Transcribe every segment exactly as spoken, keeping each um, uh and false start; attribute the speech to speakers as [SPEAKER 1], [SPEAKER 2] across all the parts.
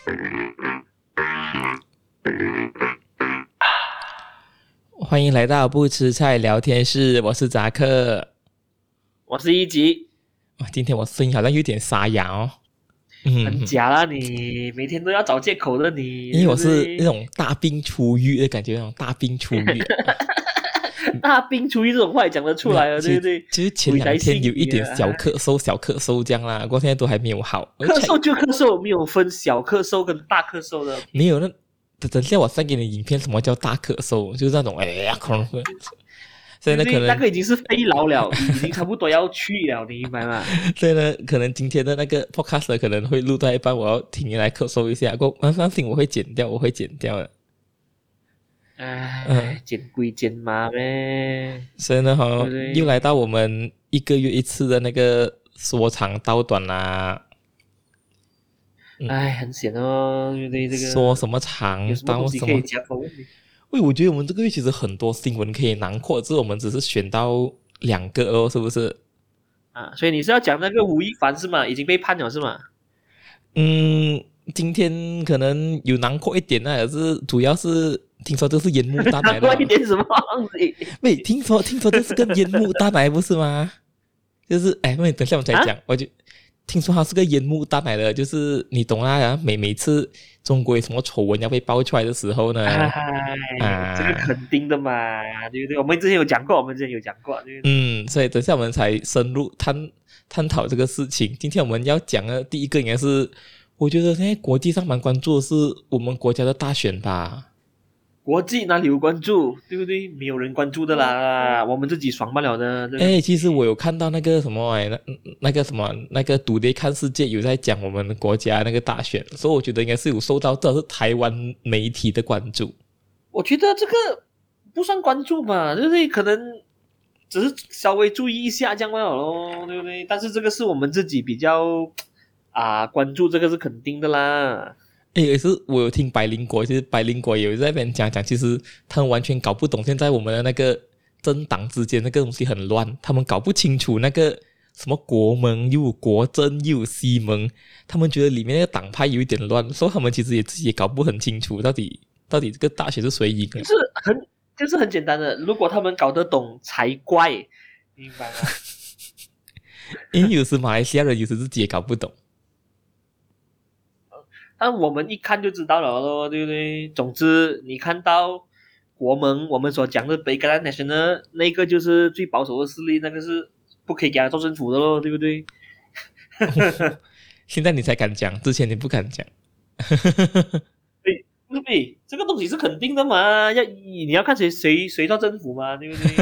[SPEAKER 1] 欢迎来到不吃菜聊天室，我是扎克，
[SPEAKER 2] 我是一吉。
[SPEAKER 1] 今天我声音好像有点沙哑哦，
[SPEAKER 2] 嗯，很假啦你，每天都要找借口的你。
[SPEAKER 1] 因为我是那种大病初愈的感觉，那种大病初愈。
[SPEAKER 2] 大病初愈这种话也讲得出来了，对不对？
[SPEAKER 1] 其实前两天有一点小咳嗽，小咳嗽这样啦，不过现在都还没有好。
[SPEAKER 2] 咳嗽就咳嗽，没有分小咳嗽跟大咳嗽的。
[SPEAKER 1] 没有那。等下我上给你影片，什么叫大咳嗽？就是那种哎呀，可能会，所以呢，可能
[SPEAKER 2] 那个已经是肺痨了，已经差不多要去了，你明白吗？
[SPEAKER 1] 所以呢，可能今天的那个 podcast 可能会录到一半，我要停来咳嗽一下，过慢慢听我会剪掉，我会剪掉的。
[SPEAKER 2] 哎，嗯，剪归剪嘛呗。
[SPEAKER 1] 所以呢，哈、哦，又来到我们一个月一次的那个说长道短啦。
[SPEAKER 2] 哎，很险哦，对不对？这个
[SPEAKER 1] 说什么长到什么？喂，我觉得我们这个月其实很多新闻可以囊括，只是我们只是选到两个哦，是不是？
[SPEAKER 2] 啊，所以你是要讲那个吴亦凡是吗？已经被判了是吗？
[SPEAKER 1] 嗯，今天可能有囊括一点啊，可是主要是听说这是烟幕大奶的。
[SPEAKER 2] 囊括一点什么东西？
[SPEAKER 1] 喂，听说听说这是个烟幕大奶不是吗？就是哎，喂，等下我们再讲，啊、我就。听说他是个烟幕弹来的，就是你懂啦，每每次中国有什么丑闻要被爆出来的时候呢，
[SPEAKER 2] 哎，啊、这个肯定的嘛，对不对？我们之前有讲过，我们之前有讲过，对不对？
[SPEAKER 1] 嗯，所以等下我们才深入探探讨这个事情。今天我们要讲的第一个应该是，我觉得现在国际上蛮关注的是我们国家的大选吧。
[SPEAKER 2] 国际哪里有关注，对不对？没有人关注的啦，我们自己爽不了的。
[SPEAKER 1] 哎，其实我有看到那个什么哎，那那个什么那个赌碟看世界有在讲我们国家那个大选，所以我觉得应该是有受到这是台湾媒体的关注。
[SPEAKER 2] 我觉得这个不算关注嘛，对不对？可能只是稍微注意一下这样罢了咯，对不对？但是这个是我们自己比较啊关注，这个是肯定的啦。
[SPEAKER 1] 诶，也是我有听百灵果，其实百灵果有在那边讲讲，其实他们完全搞不懂现在我们的那个政党之间那个东西很乱，他们搞不清楚那个什么国盟又有国政又有西盟，他们觉得里面那个党派有一点乱，所以他们其实也自己也搞不很清楚到底到底这个大选是谁赢。
[SPEAKER 2] 就是很就是很简单的，如果他们搞得懂才怪，明白吗？
[SPEAKER 1] 因为有时马来西亚人有时自己也搞不懂。
[SPEAKER 2] 但我们一看就知道了咯，对不对？总之，你看到国盟，我们所讲的北港 National 那个就是最保守的势力，那个是不可以给他做政府的咯，对不对？
[SPEAKER 1] 现在你才敢讲，之前你不敢讲。
[SPEAKER 2] 对，对不对？这个东西是肯定的嘛，要你要看谁谁谁做政府嘛，对不对？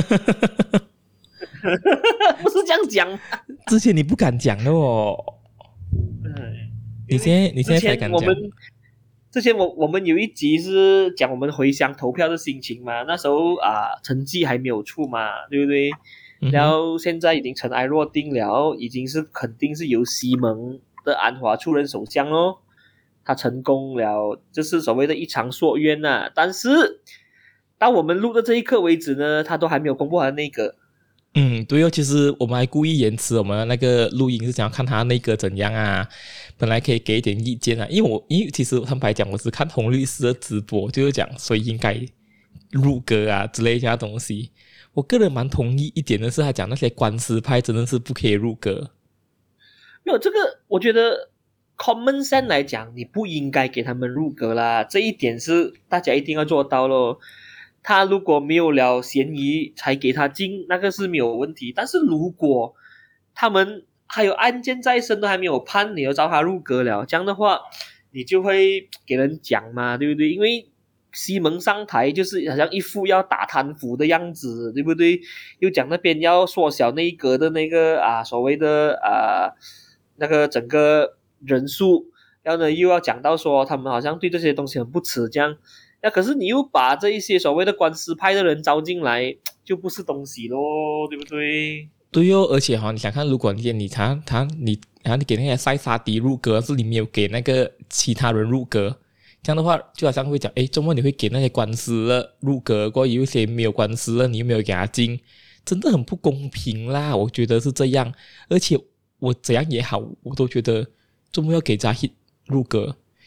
[SPEAKER 2] 不是这样讲。
[SPEAKER 1] 之前你不敢讲的哦。
[SPEAKER 2] 嗯。
[SPEAKER 1] 你现在你现在才敢讲。
[SPEAKER 2] 我们之前我我们有一集是讲我们回乡投票的心情嘛，那时候啊成绩还没有出嘛，对不对？嗯、然后现在已经尘埃落定了，已经是肯定是由西蒙的安华出任首相咯，他成功了，这是所谓的一偿夙愿呐、啊。但是到我们录的这一刻为止呢，他都还没有公布他的内阁。
[SPEAKER 1] 嗯，对哦，其实我们还故意延迟我们那个录音，是想要看他那个怎样啊。本来可以给一点意见啊，因为我因为其实坦白讲，我是看洪律师的直播，就是讲谁应该入阁啊之类的东西。我个人蛮同意一点的是，他讲那些官司派真的是不可以入阁。
[SPEAKER 2] 没有这个，我觉得 common sense 来讲，你不应该给他们入阁啦，这一点是大家一定要做到咯。他如果没有了嫌疑才给他进，那个是没有问题。但是如果他们还有案件在身都还没有判，你要招他入阁了，这样的话你就会给人讲嘛，对不对？因为西蒙上台就是好像一副要打贪腐的样子，对不对？又讲那边要缩小内阁的那个啊所谓的啊那个整个人数，然后呢又要讲到说他们好像对这些东西很不耻这样。那可是你又把这一些所谓的官司派的人招进来，就不是东西咯，对不对？
[SPEAKER 1] 对哦，而且哈、哦，你想看，如果你你他他你然后你给那些塞沙迪入阁，是你没有给那个其他人入阁，这样的话就好像会讲，诶，周末你会给那些官司了入阁，过后有一些没有官司了，你又没有给他进，真的很不公平啦，我觉得是这样。而且我怎样也好，我都觉得周末要给扎希入阁。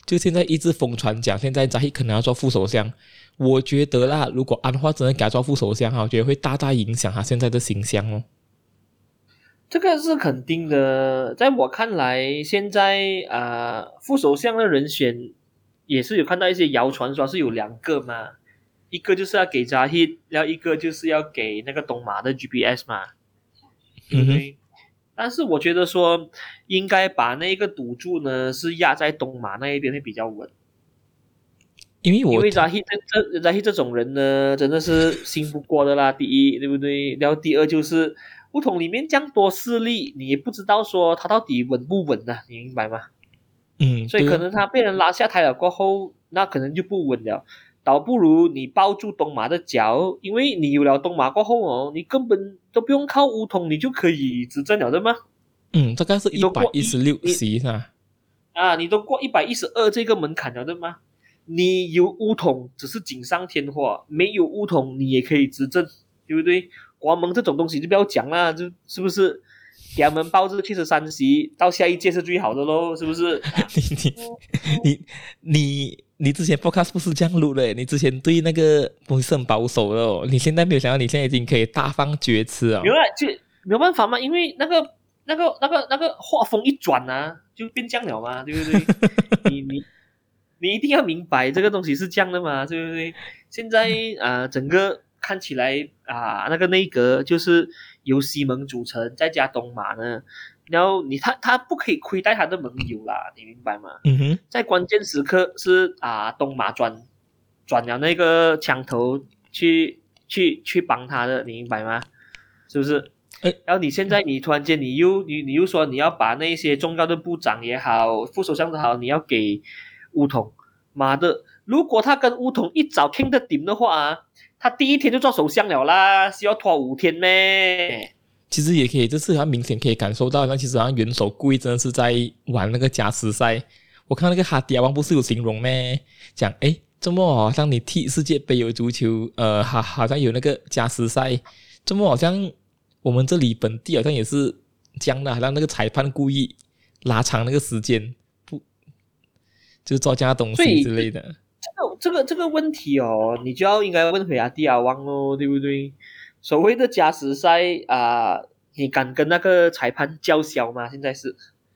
[SPEAKER 1] 就现在一直疯传讲，现在扎希可能要做副首相。我觉得啦，如果安华真的给他做副首相，我觉得会大大影响他现在的形象哦。
[SPEAKER 2] 这个是肯定的，在我看来，现在啊、呃，副首相的人选也是有看到一些谣传说是有两个嘛，一个就是要给扎希，然后一个就是要给那个东马的 G P S 嘛，对不对？嗯、但是我觉得说，应该把那个赌注呢是压在东马那一边会比较稳。
[SPEAKER 1] 因为我
[SPEAKER 2] 因为扎希这这扎希这种人呢，真的是信不过的啦。第一，对不对？然后第二就是乌统里面这样多势力，你也不知道说他到底稳不稳啊，你明白吗？
[SPEAKER 1] 嗯，
[SPEAKER 2] 所以可能他被人拉下台了过后，那可能就不稳了。倒不如你抱住东马的脚，因为你有了东马过后哦，你根本都不用靠乌统，你就可以执政了的吗？
[SPEAKER 1] 嗯，大概是一百一十六席啊。
[SPEAKER 2] 啊，你都过一百一十二这个门槛了的吗？你有乌统只是锦上添花，没有乌统你也可以执政，对不对？国盟这种东西就不要讲啦，就是不是？给他们抱着七十三席，到下一届是最好的咯，是不是？
[SPEAKER 1] 你你你你之前 podcast 不是这样录的，你之前对那个不是很保守的哦，你现在没有想到你现在已经可以大放厥词啊、哦？
[SPEAKER 2] 没有啊，就没有办法嘛，因为那个那个那个那个画风一转啊，就变这样了嘛，对不对？你你。你一定要明白这个东西是这样的嘛，对不对？现在啊、呃，整个看起来啊、呃，那个内阁就是由西蒙组成，再加东马呢，然后你他他不可以亏待他的盟友啦，你明白吗？
[SPEAKER 1] 嗯哼，
[SPEAKER 2] 在关键时刻是啊、呃，东马转转了那个枪头去去去帮他的，你明白吗？是不是？然后你现在你突然间你又你你又说你要把那些重要的部长也好，副首相也好，你要给乌统，妈的！如果他跟乌统一早听得顶的话啊，他第一天就做首相了啦，需要拖五天咩？
[SPEAKER 1] 其实也可以，这次很明显可以感受到，那其实好像元首故意真的是在玩那个加时赛。我看那个哈迪亚王不是有形容咩？讲诶，这么好像你踢世界杯有足球，呃，好好像有那个加时赛，这么好像我们这里本地好像也是这样的，好像那个裁判故意拉长那个时间。就是做这样东西之类的。
[SPEAKER 2] 这个这个这个问题哦，你就要应该问回阿迪亚王咯，对不对？所谓的加时赛啊、呃，你敢跟那个裁判叫嚣吗？现在是，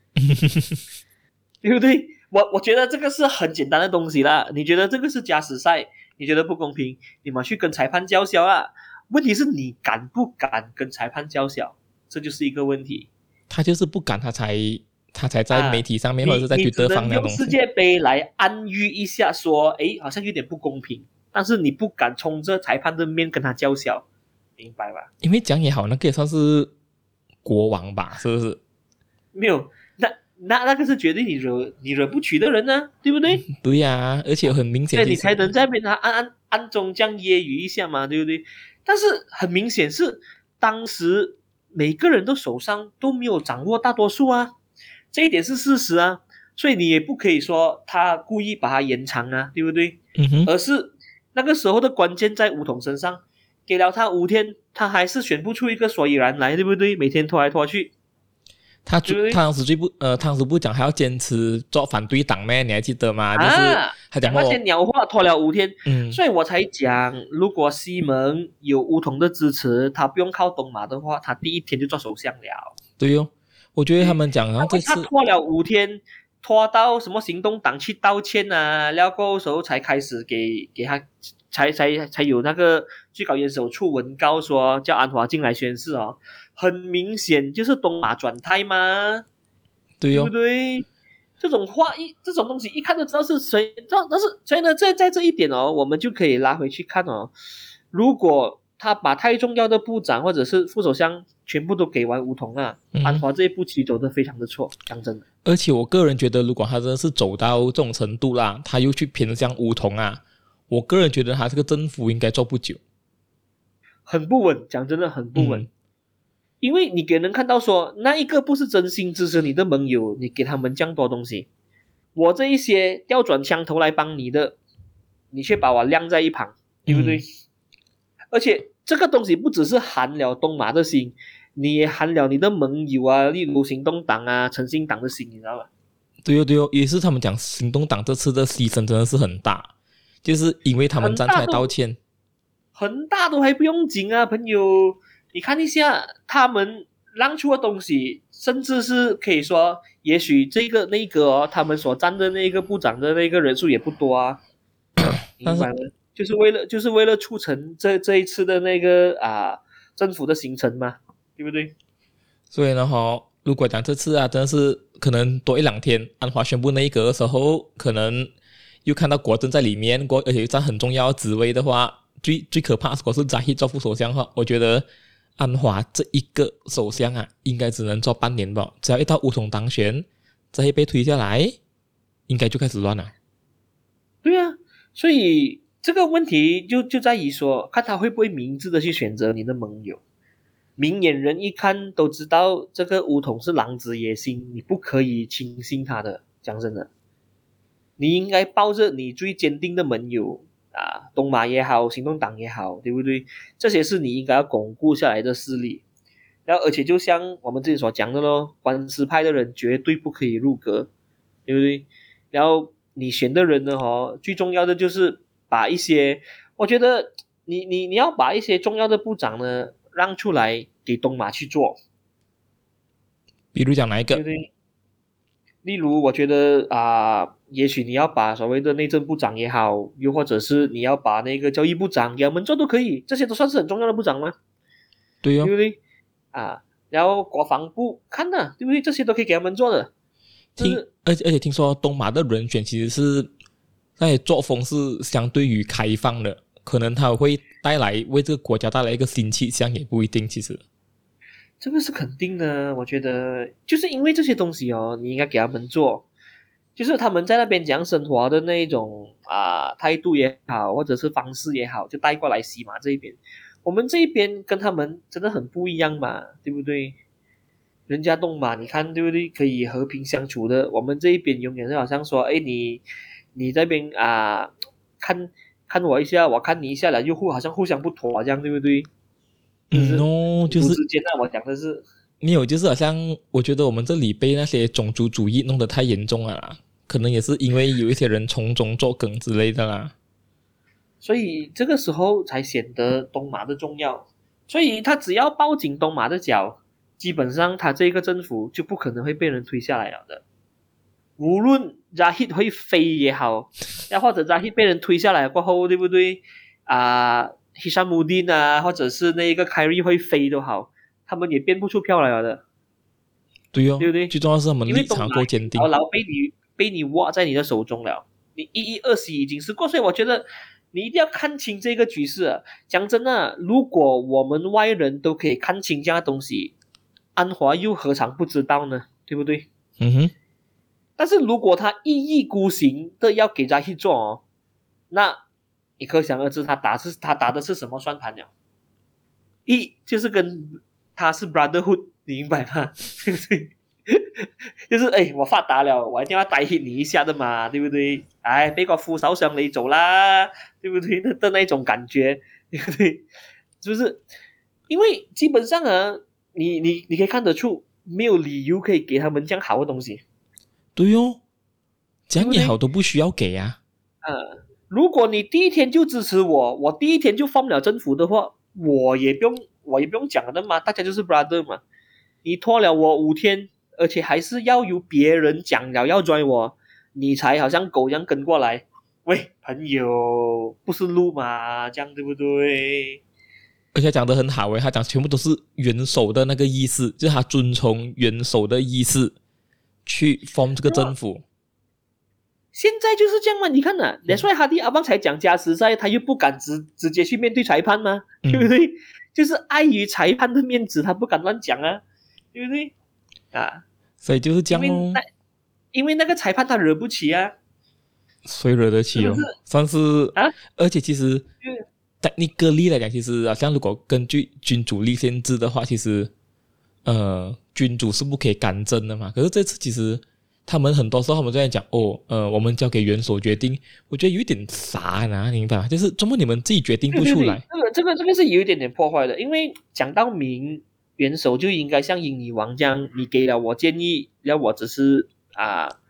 [SPEAKER 2] 对不对？我我觉得这个是很简单的东西啦。你觉得这个是加时赛，你觉得不公平，你们去跟裁判叫嚣啦。问题是你敢不敢跟裁判叫嚣，这就是一个问题。
[SPEAKER 1] 他就是不敢，他才。他才在媒体上面、啊、或者是在 Twitter 放那东西。
[SPEAKER 2] 用世界杯来暗喻一下，说，诶，好像有点不公平，但是你不敢冲着裁判的面跟他叫嚣，明白吧？
[SPEAKER 1] 因为讲也好，那个也算是国王吧，是不是？
[SPEAKER 2] 没有，那那那个是绝对你惹你惹不起的人呢、啊，对不对？
[SPEAKER 1] 对呀、啊，而且很明显，
[SPEAKER 2] 对你才能在被他暗暗暗中这样揶揄一下嘛，对不对？但是很明显是当时每个人的手上都没有掌握大多数啊。这一点是事实啊，所以你也不可以说他故意把它延长啊，对不对？
[SPEAKER 1] 嗯哼。
[SPEAKER 2] 而是那个时候的关键在武统身上，给了他五天，他还是选不出一个所以然来，对不对？每天拖来拖去。
[SPEAKER 1] 他他当时最不呃，当时不讲还要坚持做反对党咩？你还记得吗？就是他讲
[SPEAKER 2] 那些鸟话拖了五天，
[SPEAKER 1] 嗯，
[SPEAKER 2] 所以我才讲，如果西蒙有武统的支持，他不用靠东马的话，他第一天就做首相了。
[SPEAKER 1] 对哦。我觉得他们讲，然后这次
[SPEAKER 2] 他拖了五天，拖到什么行动党去道歉啊，然后过时候才开始给给他，才才才有那个最高元首出文告说叫安华进来宣誓哦，很明显就是东马转态嘛，
[SPEAKER 1] 对哦，
[SPEAKER 2] 对不对？这种话一这种东西一看就知道是谁，但是所以呢，在在这一点哦，我们就可以拉回去看哦，如果他把太重要的部长或者是副首相全部都给完吴桐啊，嗯、安华这一步棋走得非常的错，讲真的。
[SPEAKER 1] 而且我个人觉得，如果他真的是走到这种程度啦，他又去偏向吴桐啊，我个人觉得他这个政府应该做不久，
[SPEAKER 2] 很不稳，讲真的很不稳。嗯、因为你给人看到说，那一个不是真心支持你的盟友，你给他们这样多东西，我这一些调转枪头来帮你的，你却把我晾在一旁，对不对？嗯、而且这个东西不只是寒了东马的心，你也寒了你的盟友啊，例如行动党啊、诚信党的心，你知道吗？
[SPEAKER 1] 对哦对哦，也是他们讲行动党这次的牺牲真的是很大，就是因为他们站出来道歉。
[SPEAKER 2] 很大都还不用紧啊，朋友，你看一下他们让出的东西，甚至是可以说，也许这个那个哦，他们所占的那个部长的那个人数也不多啊，明白吗？就是为了就是为了促成这这一次的那个啊政府的行程嘛，对不对？
[SPEAKER 1] 所以呢哈，如果讲这次啊，真的是可能多一两天，安华宣布内阁的时候，可能又看到国政在里面，国而且又占很重要的职位的话，最最可怕，如果是扎希做副首相的话，我觉得安华这一个首相啊，应该只能做半年吧。只要一到乌统当选，扎希被推下来，应该就开始乱了。
[SPEAKER 2] 对啊，所以这个问题就就在于说，看他会不会明智的去选择你的盟友。明眼人一看都知道，这个乌统是狼子野心，你不可以轻信他的。讲真的，你应该抱着你最坚定的盟友啊，东马也好，行动党也好，对不对？这些是你应该要巩固下来的势力。然后，而且就像我们之前所讲的咯，官司派的人绝对不可以入阁，对不对？然后你选的人呢，哦，最重要的就是把一些，我觉得你你你要把一些重要的部长呢让出来给东马去做，
[SPEAKER 1] 比如讲哪一个？
[SPEAKER 2] 对不对？例如，我觉得啊、呃，也许你要把所谓的内政部长也好，又或者是你要把那个教育部长给他们做都可以，这些都算是很重要的部长吗？
[SPEAKER 1] 对哦，
[SPEAKER 2] 对不对？啊，然后国防部看呐，对不对？这些都可以给他们做的。
[SPEAKER 1] 听，而且而且听说东马的人选其实是在作风是相对于开放的，可能他会带来为这个国家带来一个新气象，也不一定。其实
[SPEAKER 2] 这个是肯定的，我觉得就是因为这些东西哦，你应该给他们做，就是他们在那边讲生活的那一种啊态度也好，或者是方式也好，就带过来西马这一边。我们这一边跟他们真的很不一样嘛，对不对？人家东马，你看对不对？可以和平相处的，我们这一边永远是好像说，哎，你你这边啊，看看我一下，我看你一下了，又互好像互相不妥这样，对不对？就是
[SPEAKER 1] 嗯哦，就是
[SPEAKER 2] 之间啊，我讲的是。
[SPEAKER 1] 没有，就是好像我觉得我们这里被那些种族主义弄得太严重了啦，可能也是因为有一些人从中作梗之类的啦。
[SPEAKER 2] 所以这个时候才显得东马的重要。所以他只要抱紧东马的脚，基本上他这个政府就不可能会被人推下来了的。无论 Zahid 会飞也好，又或者 Zahid 被人推下来过后，对不对？啊、呃、，Hishamuddin 啊，或者是那个 Khairy 会飞都好，他们也变不出票来了的。
[SPEAKER 1] 对哦，
[SPEAKER 2] 对不对？
[SPEAKER 1] 最重要是他们立场够坚定。
[SPEAKER 2] 牢牢被你被你握在你的手中了，你一一二十已经是过，所以我觉得你一定要看清这个局势啊。讲真的，如果我们外人都可以看清这样的东西，安华又何尝不知道呢？对不对？
[SPEAKER 1] 嗯哼。
[SPEAKER 2] 但是如果他一意孤行的要给他去做哦，那你可想而知他打是他打的是什么算盘了？一就是跟他是 brotherhood， 你明白吗？对不对？就是哎，我发达了，我一定要带起你一下的嘛，对不对？哎，俾個副首相你走啦，对不对？的那種感覺，對不對？是不是？因為基本上啊，你你你可以看得出，沒有理由可以給他們這樣好的東西。
[SPEAKER 1] 對哦，這樣也好都不需要給啊。
[SPEAKER 2] 呃，如果你第一天就支持我，我第一天就放了政府的話，我也不用我也不用講的嘛，大家就是 brother 嘛。你拖了我五天。而且还是要由别人讲了要追我，你才好像狗一样跟过来。喂，朋友，不是路嘛，这样对不对？
[SPEAKER 1] 而且讲得很好诶，他讲全部都是元首的那个意思，就是他遵从元首的意思去 form 这个政府。
[SPEAKER 2] 现在就是这样嘛，你看呐、啊，那所以哈迪阿邦才讲加时赛，他又不敢直直接去面对裁判嘛，
[SPEAKER 1] 嗯、
[SPEAKER 2] 对不对？就是碍于裁判的面子，他不敢乱讲啊，对不对？啊，
[SPEAKER 1] 所以就是这样咯。
[SPEAKER 2] 因为那因为那个裁判他惹不起啊，
[SPEAKER 1] 谁惹得起哦？
[SPEAKER 2] 是是
[SPEAKER 1] 算是
[SPEAKER 2] 啊，
[SPEAKER 1] 而且其实technically来讲，其实好像如果根据君主立宪制的话，其实呃君主是不可以干政的嘛。可是这次其实他们很多时候他们在讲哦，呃，我们交给元首决定，我觉得有一点傻呢，明白吗？就是怎么你们自己决定不出来？
[SPEAKER 2] 对对对，这个这个这个是有一点点破坏的，因为讲到明。元首就应该像英女王这样，你给了我建议，然后我只是啊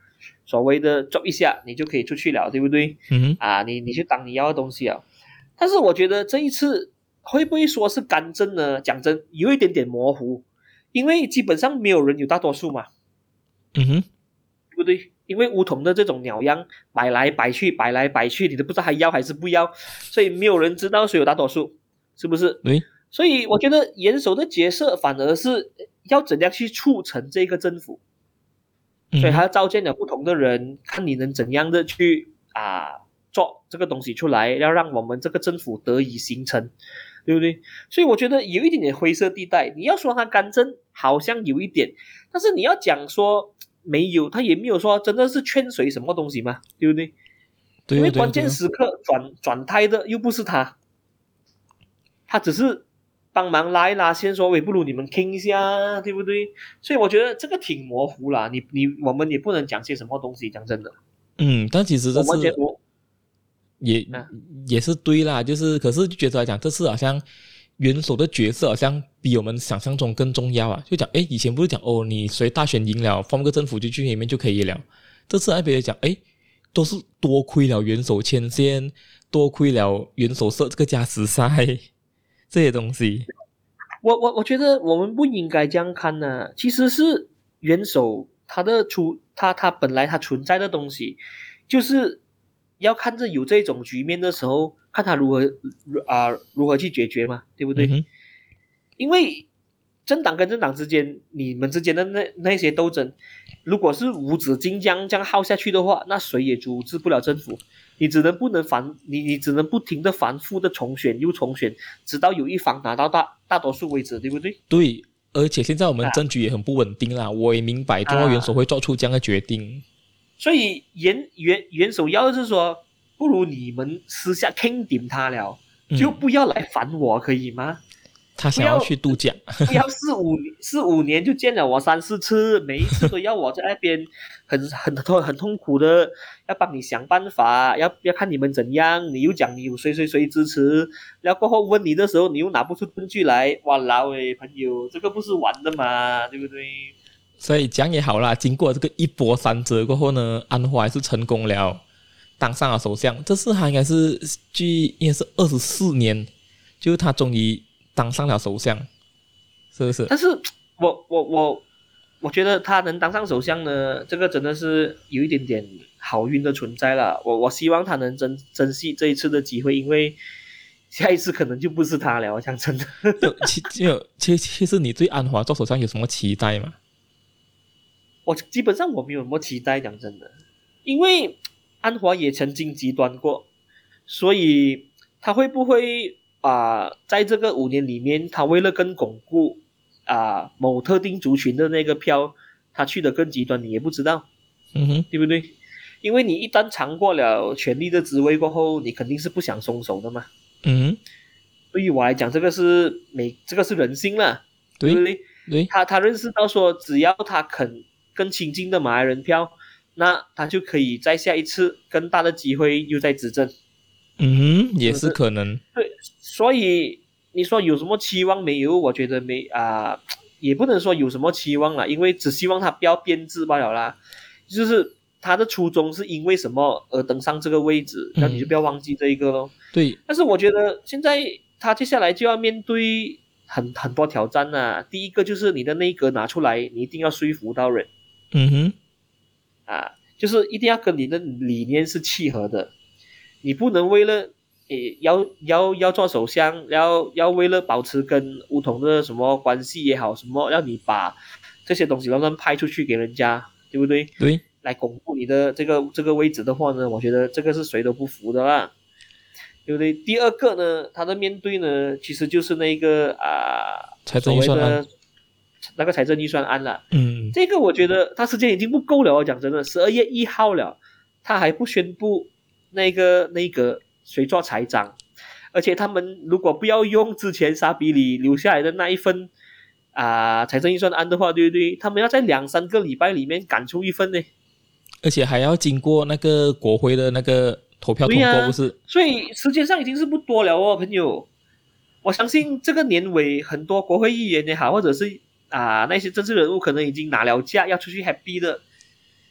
[SPEAKER 2] 所谓的 job 一下，你就可以出去了，对不对？
[SPEAKER 1] 嗯
[SPEAKER 2] 啊，你你去当你要的东西啊。但是我觉得这一次会不会说是干政呢？讲真，有一点点模糊，因为基本上没有人有大多数嘛，
[SPEAKER 1] 嗯哼，
[SPEAKER 2] 对不对？因为梧桐的这种鸟样摆来摆去，摆来摆去，你都不知道还要还是不要，所以没有人知道谁有大多数，是不是？
[SPEAKER 1] 对，
[SPEAKER 2] 所以我觉得元首的角色反而是要怎样去促成这个政府，所以
[SPEAKER 1] 嗯
[SPEAKER 2] 他召见了不同的人，看你能怎样的去啊做这个东西出来，要让我们这个政府得以形成，对不对？所以我觉得有一点点灰色地带。你要说他干政，好像有一点，但是你要讲说没有，他也没有说真的是劝谁什么东西嘛，对不对？
[SPEAKER 1] 对、哦、
[SPEAKER 2] 因为关
[SPEAKER 1] 对、哦、
[SPEAKER 2] 键时刻转转胎的又不是他，他只是帮忙拉一拉线，说喂，不如你们听一下，对不对？所以我觉得这个挺模糊啦，你你我们也不能讲些什么东西，讲真的。
[SPEAKER 1] 嗯，但其实这次也、
[SPEAKER 2] 啊、
[SPEAKER 1] 也是对啦，就是可是就觉得来讲，这次好像元首的角色好像比我们想象中更重要啊。就讲，诶，以前不是讲哦，你谁大选赢了，form个政府就去里面就可以了。这次那边讲，诶，都是多亏了元首牵线，多亏了元首设这个加时赛这些东西。
[SPEAKER 2] 我我我觉得我们不应该这样看呢、啊。其实是元首他的出他他本来他存在的东西，就是要看着有这种局面的时候，看他如何啊、呃、如何去解决嘛，对不对？
[SPEAKER 1] 嗯、
[SPEAKER 2] 因为政党跟政党之间，你们之间的那那些斗争，如果是无止境这样这样耗下去的话，那谁也阻止不了政府。你只能不能反你你只能不停的反复的重选又重选，直到有一方拿到大大多数为止，对不对？
[SPEAKER 1] 对，而且现在我们政局也很不稳定啦，啊、我也明白中国元首会做出这样的决定。
[SPEAKER 2] 啊、所以元元元首要的是说，不如你们私下听点他了，嗯、就不要来烦我，可以吗？
[SPEAKER 1] 他想要去度假，
[SPEAKER 2] 不要四五四五年就见了我三四次，每一次都要我在那边很很痛很痛苦的，要帮你想办法，要要看你们怎样，你又讲你有谁谁谁支持，然后过后问你的时候，你又拿不出证据来，哇老诶朋友，这个不是玩的嘛，对不对？
[SPEAKER 1] 所以讲也好啦，经过这个一波三折过后呢，安华还是成功了，当上了首相。这次他应该是距应该是二十四年，就是他终于当上了首相，是不是？
[SPEAKER 2] 但是我我我我觉得他能当上首相呢，这个真的是有一点点好运的存在了。我我希望他能珍珍惜这一次的机会，因为下一次可能就不是他了。我讲真的，
[SPEAKER 1] 其其其实你对安华做首相有什么期待吗？
[SPEAKER 2] 我基本上我没有什么期待，讲真的，因为安华也曾经极端过，所以他会不会？啊、呃，在这个五年里面，他为了更巩固啊、呃、某特定族群的那个票，他去的更极端，你也不知道，
[SPEAKER 1] 嗯哼，
[SPEAKER 2] 对不对？因为你一旦尝过了权力的滋味过后，你肯定是不想松手的嘛。
[SPEAKER 1] 嗯哼，
[SPEAKER 2] 对于我来讲，这个是每这个是人性啦，
[SPEAKER 1] 对,
[SPEAKER 2] 对不对？
[SPEAKER 1] 对，
[SPEAKER 2] 他他认识到说，只要他肯更亲近的马来人票，那他就可以在下一次更大的机会又在执政。
[SPEAKER 1] 嗯，也是可能。
[SPEAKER 2] 对，所以你说有什么期望没有？我觉得没啊、呃，也不能说有什么期望啦，因为只希望他不要变质罢了啦。就是他的初衷是因为什么而登上这个位置，那、嗯、你就不要忘记这一个咯。
[SPEAKER 1] 对，
[SPEAKER 2] 但是我觉得现在他接下来就要面对很很多挑战啊。第一个就是你的内阁拿出来，你一定要说服到人。
[SPEAKER 1] 嗯哼，
[SPEAKER 2] 啊，就是一定要跟你的理念是契合的。你不能为了诶要要要做首相，要要为了保持跟梧桐的什么关系也好，什么让你把这些东西乱乱派出去给人家，对不对？
[SPEAKER 1] 对，
[SPEAKER 2] 来巩固你的这个这个位置的话呢，我觉得这个是谁都不服的啦，对不对？第二个呢，他的面对呢，其实就是那个啊、呃，
[SPEAKER 1] 财政预算案，
[SPEAKER 2] 那个财政预算案了。
[SPEAKER 1] 嗯，
[SPEAKER 2] 这个我觉得他时间已经不够了，我讲真的，十二月一号了，他还不宣布。那个那个谁做财长，而且他们如果不要用之前沙比里留下来的那一份啊、呃、财政预算案的话，对不对？他们要在两三个礼拜里面赶出一份呢，
[SPEAKER 1] 而且还要经过那个国会的那个投票通过，
[SPEAKER 2] 啊、
[SPEAKER 1] 不是？
[SPEAKER 2] 所以时间上已经是不多了哦，朋友。我相信这个年尾很多国会议员也好，或者是啊、呃、那些政治人物可能已经拿了假要出去 happy 的。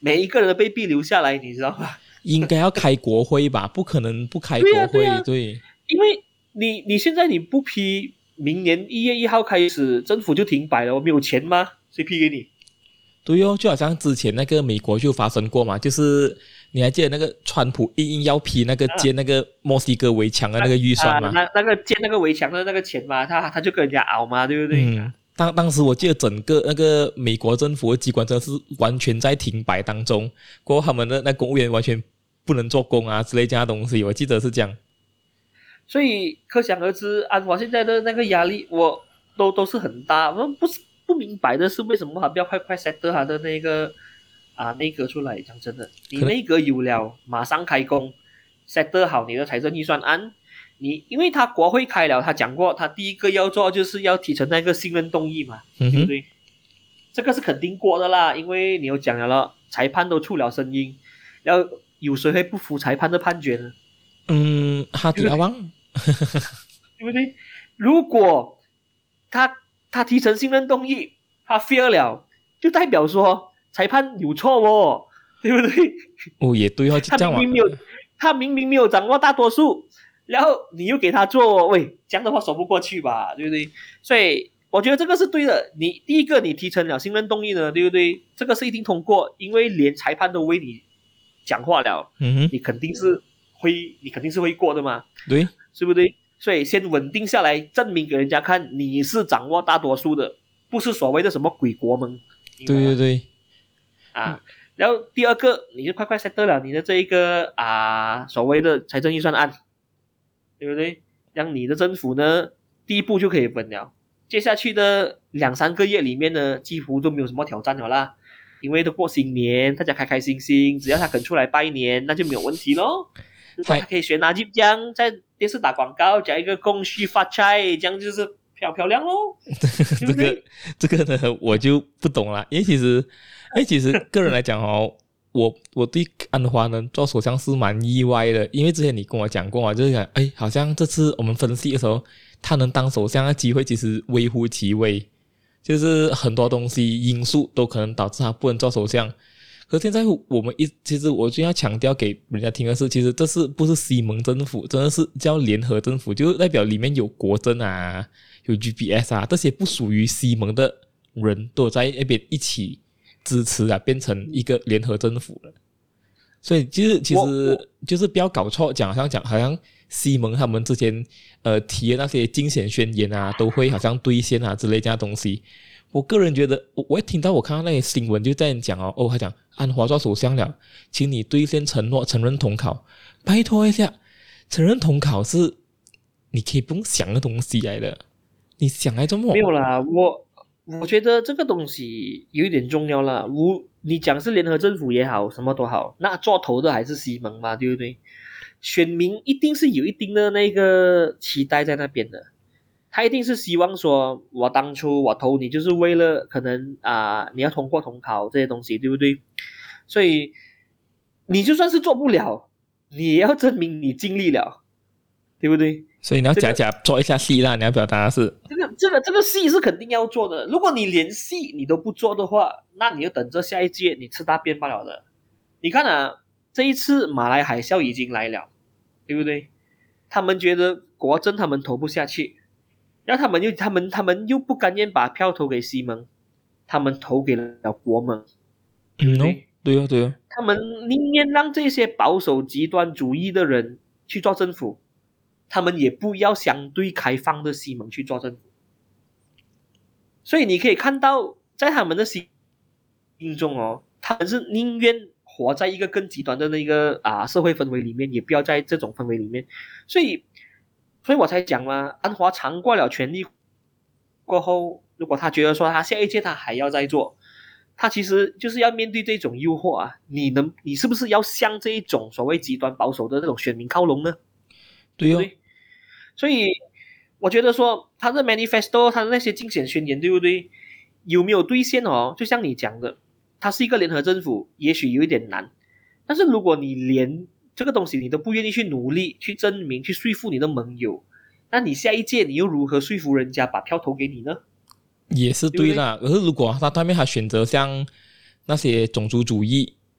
[SPEAKER 2] 每一个人都被逼留下来，你知道吗？
[SPEAKER 1] 应该要开国会吧，不可能不开国
[SPEAKER 2] 对啊
[SPEAKER 1] 会，
[SPEAKER 2] 对啊
[SPEAKER 1] 对，
[SPEAKER 2] 因为你你现在你不批，明年一月一号开始政府就停摆了，我没有钱吗？谁批给你？
[SPEAKER 1] 对哦，就好像之前那个美国就发生过嘛，就是你还记得那个川普硬硬要批那个建那个墨西哥围墙的那个预算吗？
[SPEAKER 2] 啊、那那个建那个围墙的那个钱嘛，他他就跟人家熬嘛，对不对？
[SPEAKER 1] 嗯，当当时我记得整个那个美国政府的机关真的是完全在停摆当中，过后他们的那公务员完全不能做工啊之类这样的东西，我记得是这样。
[SPEAKER 2] 所以可想而知，安华现在的那个压力，我都都是很大。我不是不明白的是，为什么他不要快快 set 他的那个啊内阁出来？讲真的，你内阁有了，马上开工 set 好你的财政预算案。你因为他国会开了，他讲过，他第一个要做就是要提成那个信任动议嘛，
[SPEAKER 1] 嗯、
[SPEAKER 2] 对不对？这个是肯定过的啦，因为你有讲了了，裁判都出了声音，然后有谁会不服裁判的判决呢？
[SPEAKER 1] 嗯，哈迪阿旺，
[SPEAKER 2] 对不对？如果他他提成信任动议，他 fail 了，就代表说裁判有错哦，对不对？
[SPEAKER 1] 哦，也对哦，
[SPEAKER 2] 他明明没有，他明明没有掌握大多数，然后你又给他做，喂，这样的话说不过去吧，对不对？所以我觉得这个是对的。你第一个你提成了信任动议呢，对不对？这个是一定通过，因为连裁判都为你讲话了，
[SPEAKER 1] 嗯哼，
[SPEAKER 2] 你肯定是会，你肯定是会过的嘛，
[SPEAKER 1] 对，
[SPEAKER 2] 是不对？所以先稳定下来，证明给人家看你是掌握大多数的，不是所谓的什么鬼国门。
[SPEAKER 1] 对对对，
[SPEAKER 2] 啊。然后第二个，你就快快 set 了你的这一个啊所谓的财政预算案，对不对？让你的政府呢第一步就可以稳了。接下去的两三个月里面呢，几乎都没有什么挑战了啦，因为都过新年，大家开开心心，只要他肯出来拜年，那就没有问题咯。如果他可以学拿吉江在电视打广告，讲一个恭喜发财，这样就是漂漂亮咯。
[SPEAKER 1] 这个这个呢，我就不懂了，因为其实，哎，其实个人来讲哦，我我对安华能做首相是蛮意外的，因为之前你跟我讲过嘛，就是讲，哎，好像这次我们分析的时候，他能当首相的机会其实微乎其微，就是很多东西因素都可能导致他不能做首相。可是现在我们一其实我就要强调给人家听的是，其实这是不是西蒙政府，真的是叫联合政府，就代表里面有国政啊，有 G P S 啊，这些不属于西蒙的人都在那边一起支持啊，变成一个联合政府了。所以其实其实就是不要搞错，讲好像讲好像西蒙他们之前呃提的那些竞选宣言啊，都会好像兑现啊之类这样东西。我个人觉得，我我一听到我看到那些新闻就在讲哦，哦，他讲安华做首相了，请你兑现承诺，承认统考，拜托一下，承认统考是你可以不用想的东西来的，你想来做么？
[SPEAKER 2] 没有啦，我我觉得这个东西有一点重要啦。无你讲是联合政府也好，什么都好，那做头的还是西蒙嘛，对不对？选民一定是有一定的那个期待在那边的。他一定是希望说，我当初我投你就是为了可能啊、呃，你要通过统考这些东西，对不对？所以你就算是做不了，你也要证明你尽力了，对不对？
[SPEAKER 1] 所以你要假假做一下戏啦，你要表达的是
[SPEAKER 2] 这个这个这个戏是肯定要做的。如果你连戏你都不做的话，那你就等着下一届你吃大便罢了的。你看啊，这一次马来海啸已经来了，对不对？他们觉得国政他们投不下去。然后他们又他们他们又不甘愿把票投给西蒙，他们投给了国盟，
[SPEAKER 1] 嗯、哦，对哦对哦，
[SPEAKER 2] 他们宁愿让这些保守极端主义的人去做政府，他们也不要相对开放的西蒙去做政府。所以你可以看到，在他们的心中哦，他们是宁愿活在一个更极端的那个啊社会氛围里面，也不要在这种氛围里面。所以。所以我才讲嘛，安华尝过了权力过后，如果他觉得说他下一届他还要再做，他其实就是要面对这种诱惑啊。你能，你是不是要向这一种所谓极端保守的这种选民靠拢呢？
[SPEAKER 1] 对哦。
[SPEAKER 2] 对不对？所以我觉得说他的 manifesto， 他的那些竞选宣言，对不对？有没有兑现哦？就像你讲的，他是一个联合政府，也许有一点难，但是如果你连这个东西你都不愿意去努力去证明去说服你的盟友，那你下一届你又如何说服人家把票投给你呢？
[SPEAKER 1] 也是对啦，可是如果他对面他选择像那些种族主义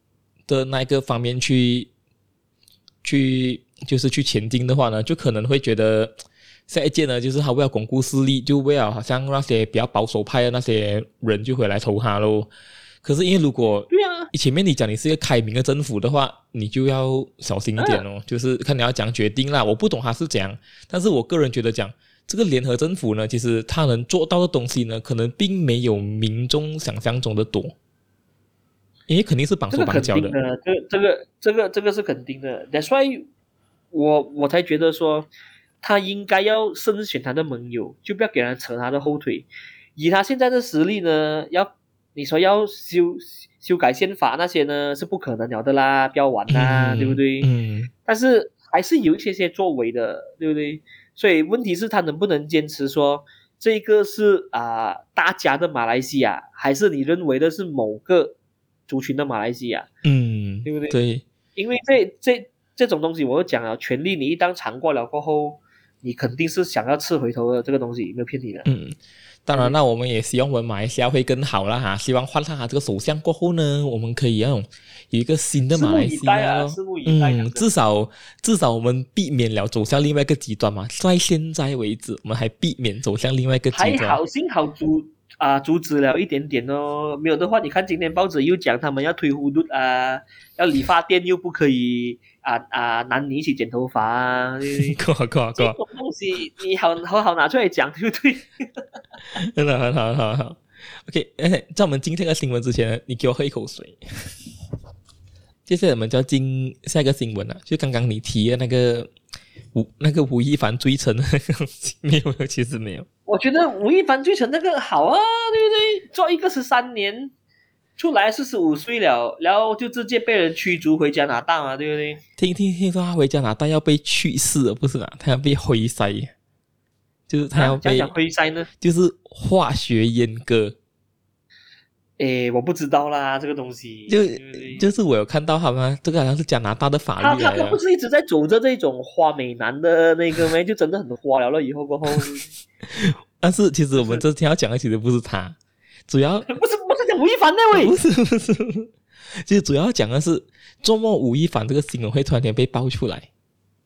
[SPEAKER 1] 的那个方面去去就是去前进的话呢，就可能会觉得下一届呢，就是他为了巩固势力，就为了好像那些比较保守派的那些人就回来投他咯。可是因为如果
[SPEAKER 2] 对啊，
[SPEAKER 1] 前面你讲你是一个开明的政府的话，你就要小心一点哦，啊、就是看你要讲决定啦。我不懂他是怎样，但是我个人觉得讲这个联合政府呢，其实他能做到的东西呢，可能并没有民众想象中的多，因为肯定是绑手绑脚的。
[SPEAKER 2] 这个肯定的，这这个这个这个是肯定的。That's why 我我才觉得说，他应该要慎选他的盟友，就不要给人扯他的后腿。以他现在的实力呢，要你说要修修改宪法那些呢，是不可能了的啦，不要玩啦，
[SPEAKER 1] 嗯、
[SPEAKER 2] 对不对？
[SPEAKER 1] 嗯。
[SPEAKER 2] 但是还是有一些些作为的，对不对？所以问题是，他能不能坚持说这个是啊、呃、大家的马来西亚，还是你认为的是某个族群的马来西亚？
[SPEAKER 1] 嗯，
[SPEAKER 2] 对不对？
[SPEAKER 1] 对，
[SPEAKER 2] 因为这这这种东西，我就讲了，权力你一旦尝过了过后，你肯定是想要吃回头的，这个东西没有骗你的。
[SPEAKER 1] 嗯。当然，那我们也希望我们马来西亚会更好啦哈！希望换上他这个首相过后呢，我们可以那种有一个新的马来西亚咯。
[SPEAKER 2] 拭目以待啊！
[SPEAKER 1] 嗯，至少至少我们避免了走向另外一个极端嘛。在现在为止，我们还避免走向另外一个极端。
[SPEAKER 2] 还好，幸好阻啊阻止了一点点哦。没有的话，你看今天报纸又讲他们要推呼嘟啊，要理发店又不可以啊啊男女一起剪头发啊。
[SPEAKER 1] 够够够！
[SPEAKER 2] 这种东西你好好好拿出来讲，对不对？
[SPEAKER 1] 真的很好很好很好 OK， 在我们今天的新闻之前，你给我喝一口水。接下来我们就要进下一个新闻了，就刚刚你提的那个吴那个吴亦凡追成的那个东西，没有，其实没有。
[SPEAKER 2] 我觉得吴亦凡追成那个好啊，对不对？做一个十三年，出来四十五岁了，然后就直接被人驱逐回加拿大嘛，对不对？
[SPEAKER 1] 听听听说他回加拿大要被去世了，不是啊？他要被灰筛。就是他要被、
[SPEAKER 2] 啊、讲灰筛呢，
[SPEAKER 1] 就是化学阉割。
[SPEAKER 2] 诶，我不知道啦，这个东西
[SPEAKER 1] 就就是我有看到他们，这个好像是加拿大的法律来的。
[SPEAKER 2] 他他他不是一直在走着这种花美男的那个吗？就真的很花了了，以后过后。
[SPEAKER 1] 但是其实我们这天要讲的其实不是他，主要
[SPEAKER 2] 不是不是讲吴亦凡那位，
[SPEAKER 1] 不是不是，其实主要讲的是周末吴亦凡这个新闻会突然间被爆出来。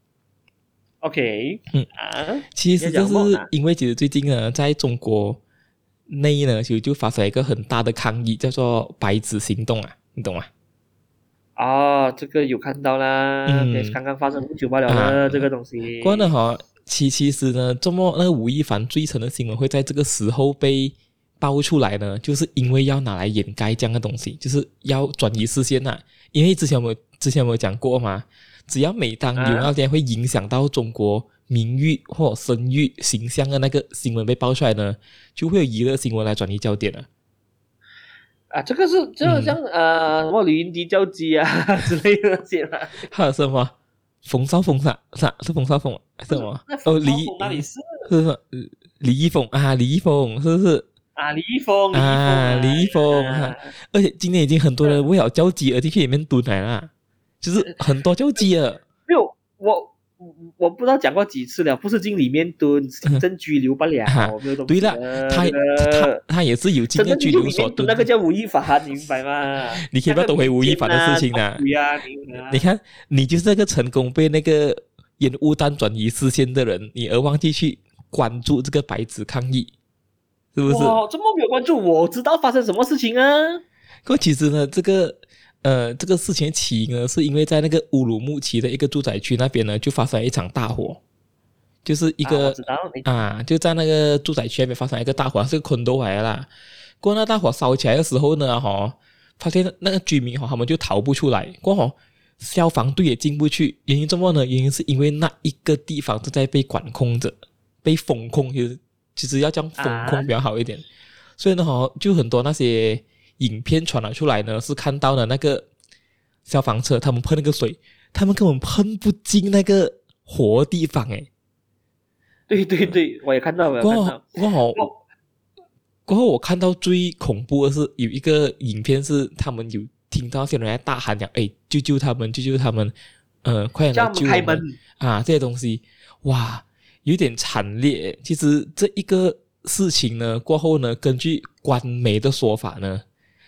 [SPEAKER 2] OK，
[SPEAKER 1] 嗯
[SPEAKER 2] 啊，
[SPEAKER 1] 其实就是因为其实最近呢，在中国内呢，就就发生一个很大的抗议，叫做白纸行动啊，你懂吗？
[SPEAKER 2] 哦，这个有看到啦，嗯，刚刚发生不久罢了的、啊、这个东西。
[SPEAKER 1] 关键哈，其其实呢，周末那个吴亦凡追成的新闻会在这个时候被爆出来呢，就是因为要拿来掩盖这样的东西，就是要转移视线啊。因为之前我们之前我们讲过嘛。只要每当有那些会影响到中国名誉或声誉形象的那个新闻被爆出来呢，就会有娱乐新闻来转移焦点了。
[SPEAKER 2] 啊，这个是就像、嗯、呃什么李云迪叫鸡啊之类的那些啦。
[SPEAKER 1] 还有什么冯绍峰啥啥是冯绍峰还是什么？哦，李
[SPEAKER 2] 哪里是？
[SPEAKER 1] 是什么？李易峰啊，李易峰是不是？
[SPEAKER 2] 啊，李易峰
[SPEAKER 1] 啊，李易峰、啊，而且今天已经很多人为了叫鸡而进去里面蹲来了。就是很多就鸡了，
[SPEAKER 2] 没有我我不知道讲过几次了，不是进里面蹲，行政拘留不了，啊、没有东西。
[SPEAKER 1] 对了，他他他也是有进个拘留所蹲，
[SPEAKER 2] 那个叫吴亦凡，你明白吗？
[SPEAKER 1] 你可以不要都回吴亦凡的事情的。
[SPEAKER 2] 对啊，
[SPEAKER 1] 你看，你就是那个成功被那个烟雾弹转移视线的人，你而忘记去关注这个白纸抗议，是不是？
[SPEAKER 2] 我怎么没有关注？我知道发生什么事情啊。
[SPEAKER 1] 可其实呢，这个。呃，这个事情起因呢，是因为在那个乌鲁木齐的一个住宅区那边呢，就发生了一场大火，就是一个 啊, 啊，就在那个住宅区那边发生一个大火，是个 condo 来的啦。过那大火烧起来的时候呢，哈、哦，发现那个居民哈、哦，他们就逃不出来，过后、哦、消防队也进不去，原因怎么呢？原因是因为那一个地方正在被管控着，被封控，其实其实要这样封控比较好一点，啊、所以呢，哈，就很多那些。影片传了出来呢，是看到的那个消防车，他们喷那个水，他们根本喷不进那个火地方诶。
[SPEAKER 2] 对对对，我也看到了。
[SPEAKER 1] 过后过后过后，我看到最恐怖的是有一个影片，是他们有听到有人在大喊讲：“哎，救救他们，救救他们！呃，快点来救我们！”开门啊，这些东西，哇，有点惨烈。其实这一个事情呢，过后呢，根据官媒的说法呢。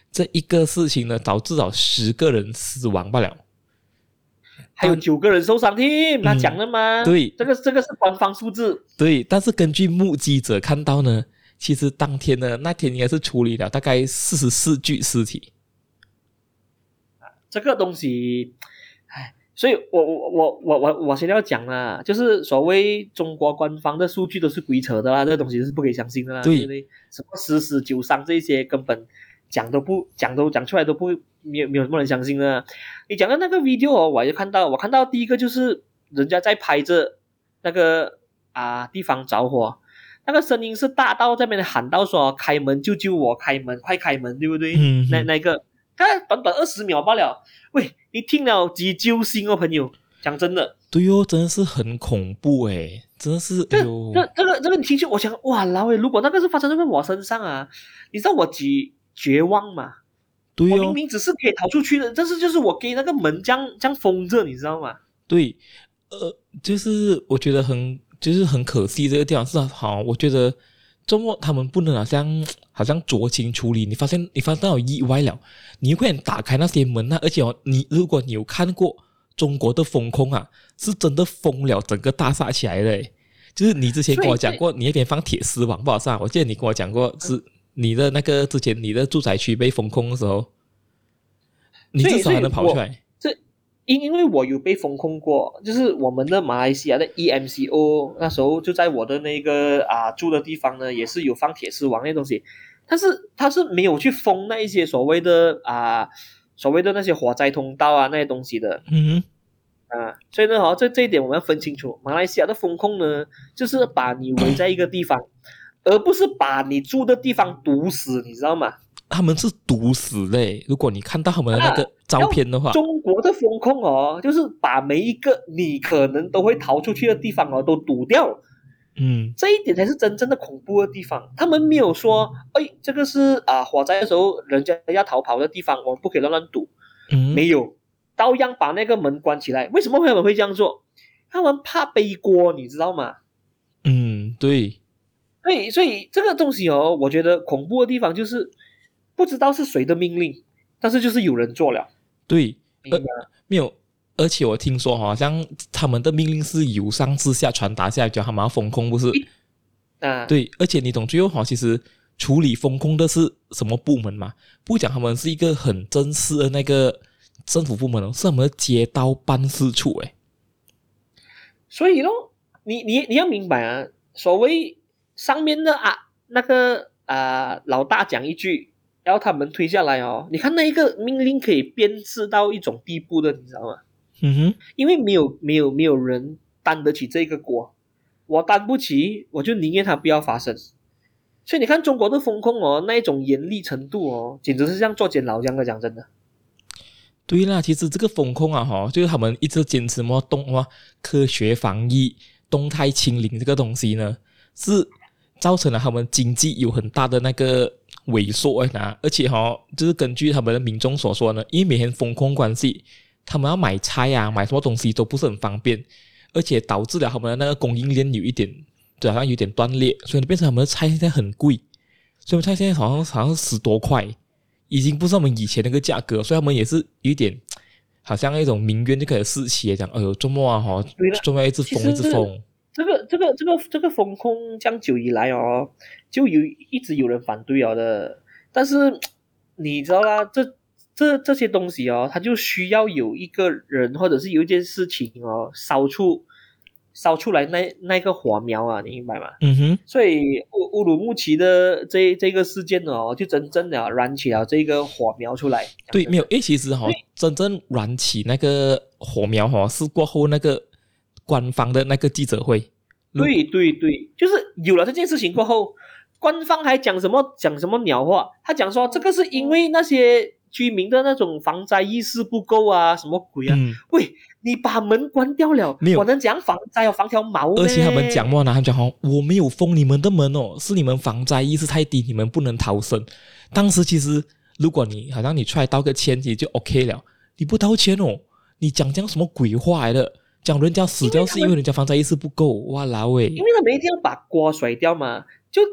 [SPEAKER 1] 这一个事情呢，导致了十个人死亡罢了，
[SPEAKER 2] 还有九个人受伤添，他讲的吗？
[SPEAKER 1] 嗯、对，
[SPEAKER 2] 这个这个是官方数字。
[SPEAKER 1] 对，但是根据目击者看到呢，其实当天呢，那天应该是处理了大概四十四具尸体。
[SPEAKER 2] 这个东西，唉，所以我我我我我我现在要讲啦，就是所谓中国官方的数据都是鬼扯的啦，这个东西是不可以相信的啦，
[SPEAKER 1] 对，
[SPEAKER 2] 对不对？什么十死九伤这些根本讲都不讲都讲出来都不没有没有什么人相信的。你讲的那个 video 哦，我也看到，我看到第一个就是人家在拍着那个啊地方着火，那个声音是大到这边喊到说开门救救我，开门快开门，对不对？
[SPEAKER 1] 嗯，
[SPEAKER 2] 那那个。看短短二十秒罢了，喂，你听了几揪心哦，朋友，讲真的，
[SPEAKER 1] 对哦，真的是很恐怖诶，真的是，
[SPEAKER 2] 这、
[SPEAKER 1] 哎呦，
[SPEAKER 2] 这、这个、这个你听去，我想，哇，老伟，如果那个是发生在我身上啊，你知道我几绝望吗？
[SPEAKER 1] 对哦，
[SPEAKER 2] 我明明只是可以逃出去的，但是就是我给那个门这样这样封着，你知道吗？
[SPEAKER 1] 对，呃，就是我觉得很，就是很可惜这个地方是好，我觉得周末他们不能好像好像酌情处理，你发现你发现有意外了，你会打开那些门啊，而且哦，你如果你有看过中国的封控啊，是真的封了整个大厦起来的诶，就是你之前跟我讲过，你那边放铁丝网不好上，我记得你跟我讲过是你的那个之前你的住宅区被封控的时候，你至少还能跑出来。
[SPEAKER 2] 因因为我有被封控过，就是我们的马来西亚的 E M C O 那时候就在我的那个啊住的地方呢，也是有放铁丝网那些东西，但是它是没有去封那一些所谓的啊所谓的那些火灾通道啊那些东西的，
[SPEAKER 1] 嗯
[SPEAKER 2] 哼，啊，所以呢，哈，这这一点我们要分清楚，马来西亚的封控呢，就是把你围在一个地方，而不是把你住的地方堵死，你知道吗？
[SPEAKER 1] 他们是堵死嘞，如果你看到他们的那个照片的话，
[SPEAKER 2] 啊、中国的风控哦，就是把每一个你可能都会逃出去的地方哦都堵掉，
[SPEAKER 1] 嗯，
[SPEAKER 2] 这一点才是真正的恐怖的地方。他们没有说，哎，这个是啊火灾的时候人家要逃跑的地方，我们不可以乱乱堵，
[SPEAKER 1] 嗯，
[SPEAKER 2] 没有，照样把那个门关起来。为什么他们会这样做？他们怕背锅，你知道吗？
[SPEAKER 1] 嗯，对，
[SPEAKER 2] 对，所以这个东西哦，我觉得恐怖的地方就是。不知道是谁的命令，但是就是有人做了。
[SPEAKER 1] 对，呃，没有，而且我听说好像他们的命令是由上至下传达下来，叫他们要封控，不是？
[SPEAKER 2] 啊，
[SPEAKER 1] 对，而且你懂最后好，其实处理封控的是什么部门嘛？不讲他们是一个很正式的那个政府部门哦，是他们的街道办事处诶。
[SPEAKER 2] 所以咯，你你你要明白啊，所谓上面的啊那个啊老大讲一句。然后他们推下来哦，你看那一个命令可以编制到一种地步的，你知道吗？
[SPEAKER 1] 嗯哼，
[SPEAKER 2] 因为没有没有没有人担得起这个锅，我担不起，我就宁愿它不要发生。所以你看中国的风控哦，那一种严厉程度哦，简直是像坐监牢这样的，讲真的。
[SPEAKER 1] 对啦，其实这个风控啊，哈，就是他们一直坚持什么动么科学防疫、动态清零这个东西呢，是造成了他们经济有很大的那个。萎缩啊，而且哈、哦，就是根据他们的民众所说呢，因为每天封控关系，他们要买菜啊，买什么东西都不是很方便，而且导致了他们的那个供应链有一点，好像有点断裂，所以变成他们的菜现在很贵，所以菜现在好像好像十多块，已经不是我们以前那个价格，所以他们也是有一点，好像那种民怨就开始四起，讲，哎呦，周末啊哈，周末一直封一直封。
[SPEAKER 2] 这个这个这个这个风控这样久以来哦，就有一直有人反对了的，但是你知道啦，这这这些东西哦，它就需要有一个人或者是有一件事情哦，烧出烧出来那那个火苗啊，你明白吗？
[SPEAKER 1] 嗯哼。
[SPEAKER 2] 所以乌乌鲁木齐的这这个事件哦，就真正的燃起了这个火苗出来。
[SPEAKER 1] 对，没有，因为其实哈、哦，真正燃起那个火苗哈、哦，是过后那个。官方的那个记者会，
[SPEAKER 2] 对对对，就是有了这件事情过后，官方还讲什么讲什么鸟话？他讲说这个是因为那些居民的那种防灾意识不够啊，什么鬼啊？嗯、喂，你把门关掉了，
[SPEAKER 1] 没有，
[SPEAKER 2] 我能讲防灾有防条毛？
[SPEAKER 1] 而且他们讲嘛呢，他们讲哦，我没有封你们的门哦，是你们防灾意识太低，你们不能逃生。当时其实如果你好像你出来道个歉，其实就 OK 了，你不道歉哦，你讲讲什么鬼话来的？讲人家死掉是因为人家防灾意识不够，哇啦喂！
[SPEAKER 2] 因为他们一定要把锅甩掉嘛，就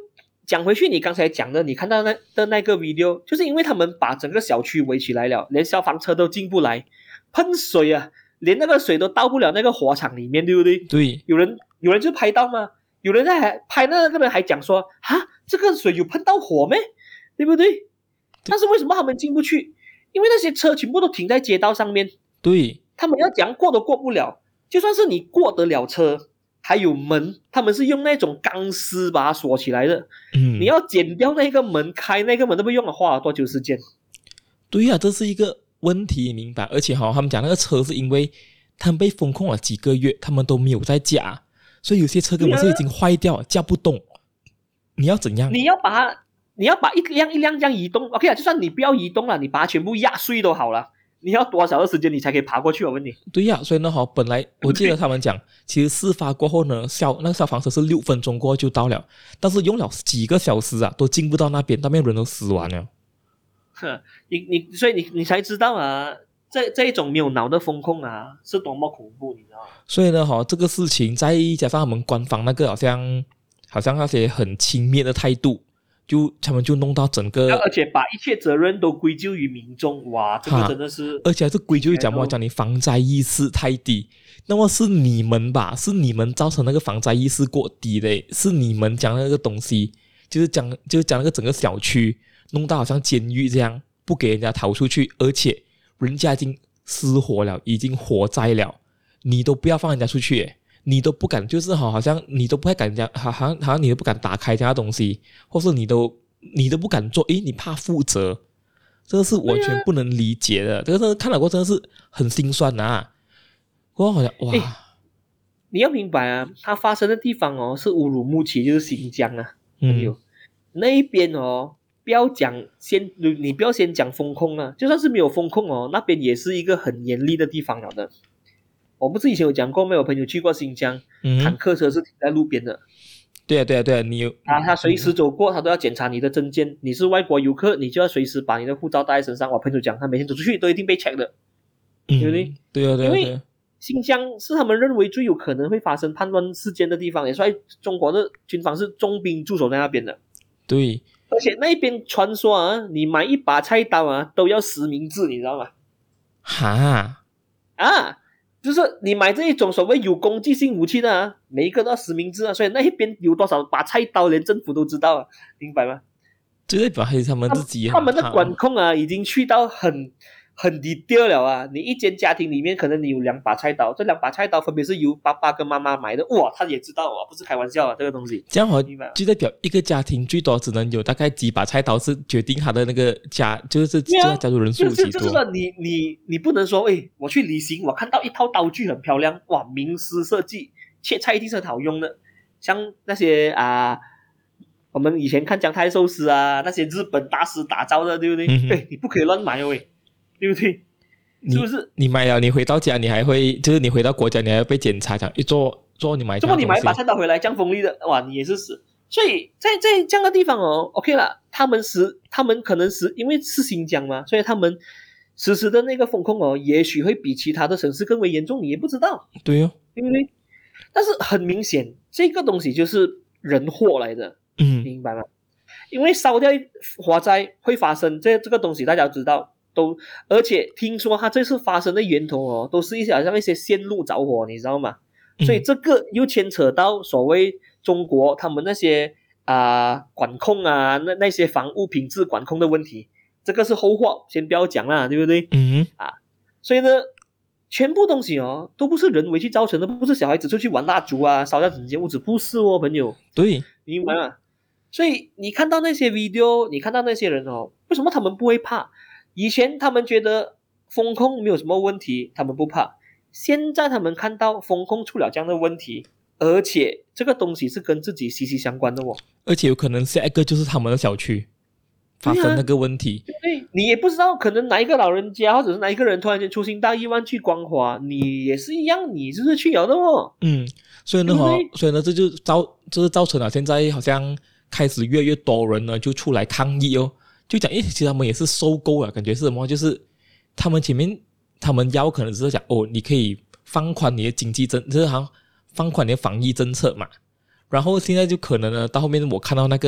[SPEAKER 2] 讲回去，你刚才讲的，你看到那的那个 video， 就是因为他们把整个小区围起来了，连消防车都进不来，喷水啊，连那个水都到不了那个火场里面，对不对？
[SPEAKER 1] 对，
[SPEAKER 2] 有人有人就拍到吗？有人在还拍那个人还讲说，哈，这个水有喷到火咩？对不对？但是为什么他们进不去？因为那些车全部都停在街道上面，
[SPEAKER 1] 对，
[SPEAKER 2] 他们要讲过都过不了。就算是你过得了车，还有门，他们是用那种钢丝把它锁起来的。
[SPEAKER 1] 嗯，
[SPEAKER 2] 你要剪掉那个门，开那个门，都不用了，花了多久时间？
[SPEAKER 1] 对呀、啊，这是一个问题，明白？而且哈、哦，他们讲那个车是因为他们被封控了几个月，他们都没有在加，所以有些车根本是已经坏掉，驾不动。你要怎样？
[SPEAKER 2] 你要把它，你要把一辆一辆这样移动 ，OK 啊？就算你不要移动了，你把它全部压碎都好了。你要多少的时间你才可以爬过去？我问你。
[SPEAKER 1] 对呀、啊，所以呢，哈，本来我记得他们讲，其实事发过后呢，消那个消防车是六分钟过后就到了，但是用了几个小时啊，都进不到那边，那边人都死完了。
[SPEAKER 2] 呵，你你所以你你才知道啊，这这一种没有脑的风控啊，是多么恐怖，你知道吗？
[SPEAKER 1] 所以呢，哈，这个事情再加上他们官方那个好像好像那些很轻蔑的态度。就他们就弄到整个，
[SPEAKER 2] 而且把一切责任都归咎于民众，哇，这个真的是，
[SPEAKER 1] 而且还是归咎于讲嘛，讲你防灾意识太低，那么是你们吧，是你们造成那个防灾意识过低的，是你们讲那个东西，就是讲就是讲那个整个小区弄到好像监狱这样，不给人家逃出去，而且人家已经失火了，已经火灾了，你都不要放人家出去耶，你都不敢，就是好，好像你都不太敢讲，好好像好像你都不敢打开这样的东西，或是你都你都不敢做，诶，你怕负责，这个是完全不能理解的。这个看了过真的是很心酸啊！我好像哇，
[SPEAKER 2] 你要明白啊，它发生的地方哦是乌鲁木齐，就是新疆啊，
[SPEAKER 1] 嗯，
[SPEAKER 2] 有那一边哦，不要讲先，你不要先讲风控啊，就算是没有风控哦，那边也是一个很严厉的地方了的。我不是以前有讲过，没有朋友去过新疆，
[SPEAKER 1] 嗯、
[SPEAKER 2] 坦克车是停在路边的。
[SPEAKER 1] 对啊，对啊，对啊，你有
[SPEAKER 2] 啊，他随时走过，他都要检查你的证件。你是外国游客，你就要随时把你的护照带在身上。我朋友讲，他每天走出去都一定被 check 的，
[SPEAKER 1] 嗯、
[SPEAKER 2] 对不对？
[SPEAKER 1] 对啊，对啊，对啊。
[SPEAKER 2] 因为新疆是他们认为最有可能会发生叛乱事件的地方，也所以中国的军方是重兵驻守在那边的。
[SPEAKER 1] 对，
[SPEAKER 2] 而且那边传说啊，你买一把菜刀啊，都要实名制，你知道吗？
[SPEAKER 1] 哈
[SPEAKER 2] 啊！就是你买这一种所谓有攻击性武器的啊，每一个都要实名制啊，所以那一边有多少把菜刀，连政府都知道啊，明白吗？
[SPEAKER 1] 就代表还是他们自己
[SPEAKER 2] 他们的管控啊，已经去到很很 detail 了啊！你一间家庭里面可能你有两把菜刀，这两把菜刀分别是由爸爸跟妈妈买的，哇，他也知道啊，不是开玩笑啊，这个东西。
[SPEAKER 1] 这样好，就代表一个家庭最多只能有大概几把菜刀，是决定他的那个家，就是这个家族人数有几多。
[SPEAKER 2] 就是说你你你不能说，哎，我去旅行，我看到一套刀具很漂亮，哇，名师设计，切菜一定是很好用的，像那些啊。我们以前看姜太寿司啊，那些日本大师打造的，对不对？
[SPEAKER 1] 嗯、
[SPEAKER 2] 哎，你不可以乱买哦，喂，对不对？是不是？
[SPEAKER 1] 你买了，你回到家，你还会，就是你回到国家，你还要被检查，讲一做做你买，
[SPEAKER 2] 怎么你买把菜刀回来，这样锋利的，哇，你也是死。所以在在这样的地方哦 ，OK 了，他们实，他们可能是因为是新疆嘛，所以他们实施的那个风控哦，也许会比其他的城市更为严重，你也不知道，
[SPEAKER 1] 对哦，
[SPEAKER 2] 对不对？但是很明显，这个东西就是人祸来的。
[SPEAKER 1] 嗯，
[SPEAKER 2] 明白吗？因为烧掉火灾会发生，这这个东西大家知道都，而且听说它这次发生的源头哦，都是一些好像一些线路着火，你知道吗？
[SPEAKER 1] 嗯、
[SPEAKER 2] 所以这个又牵扯到所谓中国他们那些啊、呃、管控啊，那那些房屋品质管控的问题，这个是后话，先不要讲啦，对不对？
[SPEAKER 1] 嗯
[SPEAKER 2] 啊，所以呢，全部东西哦都不是人为去造成的，不是小孩子出去玩蜡烛啊，烧掉整间屋子，不是哦，朋友，
[SPEAKER 1] 对，
[SPEAKER 2] 明白吗？所以你看到那些 video， 你看到那些人哦，为什么他们不会怕？以前他们觉得风控没有什么问题，他们不怕。现在他们看到风控出了这样的问题，而且这个东西是跟自己息息相关的哦。
[SPEAKER 1] 而且有可能下一个就是他们的小区发生那个问题。
[SPEAKER 2] 对啊，对，你也不知道，可能哪一个老人家或者是哪一个人突然间粗心大意忘记关火，你也是一样，你就是去了的哦。
[SPEAKER 1] 嗯，所以呢，哦，所以呢，这就造就是造成了现在好像。开始越来越多人呢就出来抗议哦，就讲，诶，其实他们也是受够了，感觉是什么？就是他们前面他们要可能只是讲，哦，你可以放宽你的经济政，就是好像放宽你的防疫政策嘛。然后现在就可能呢，到后面我看到那个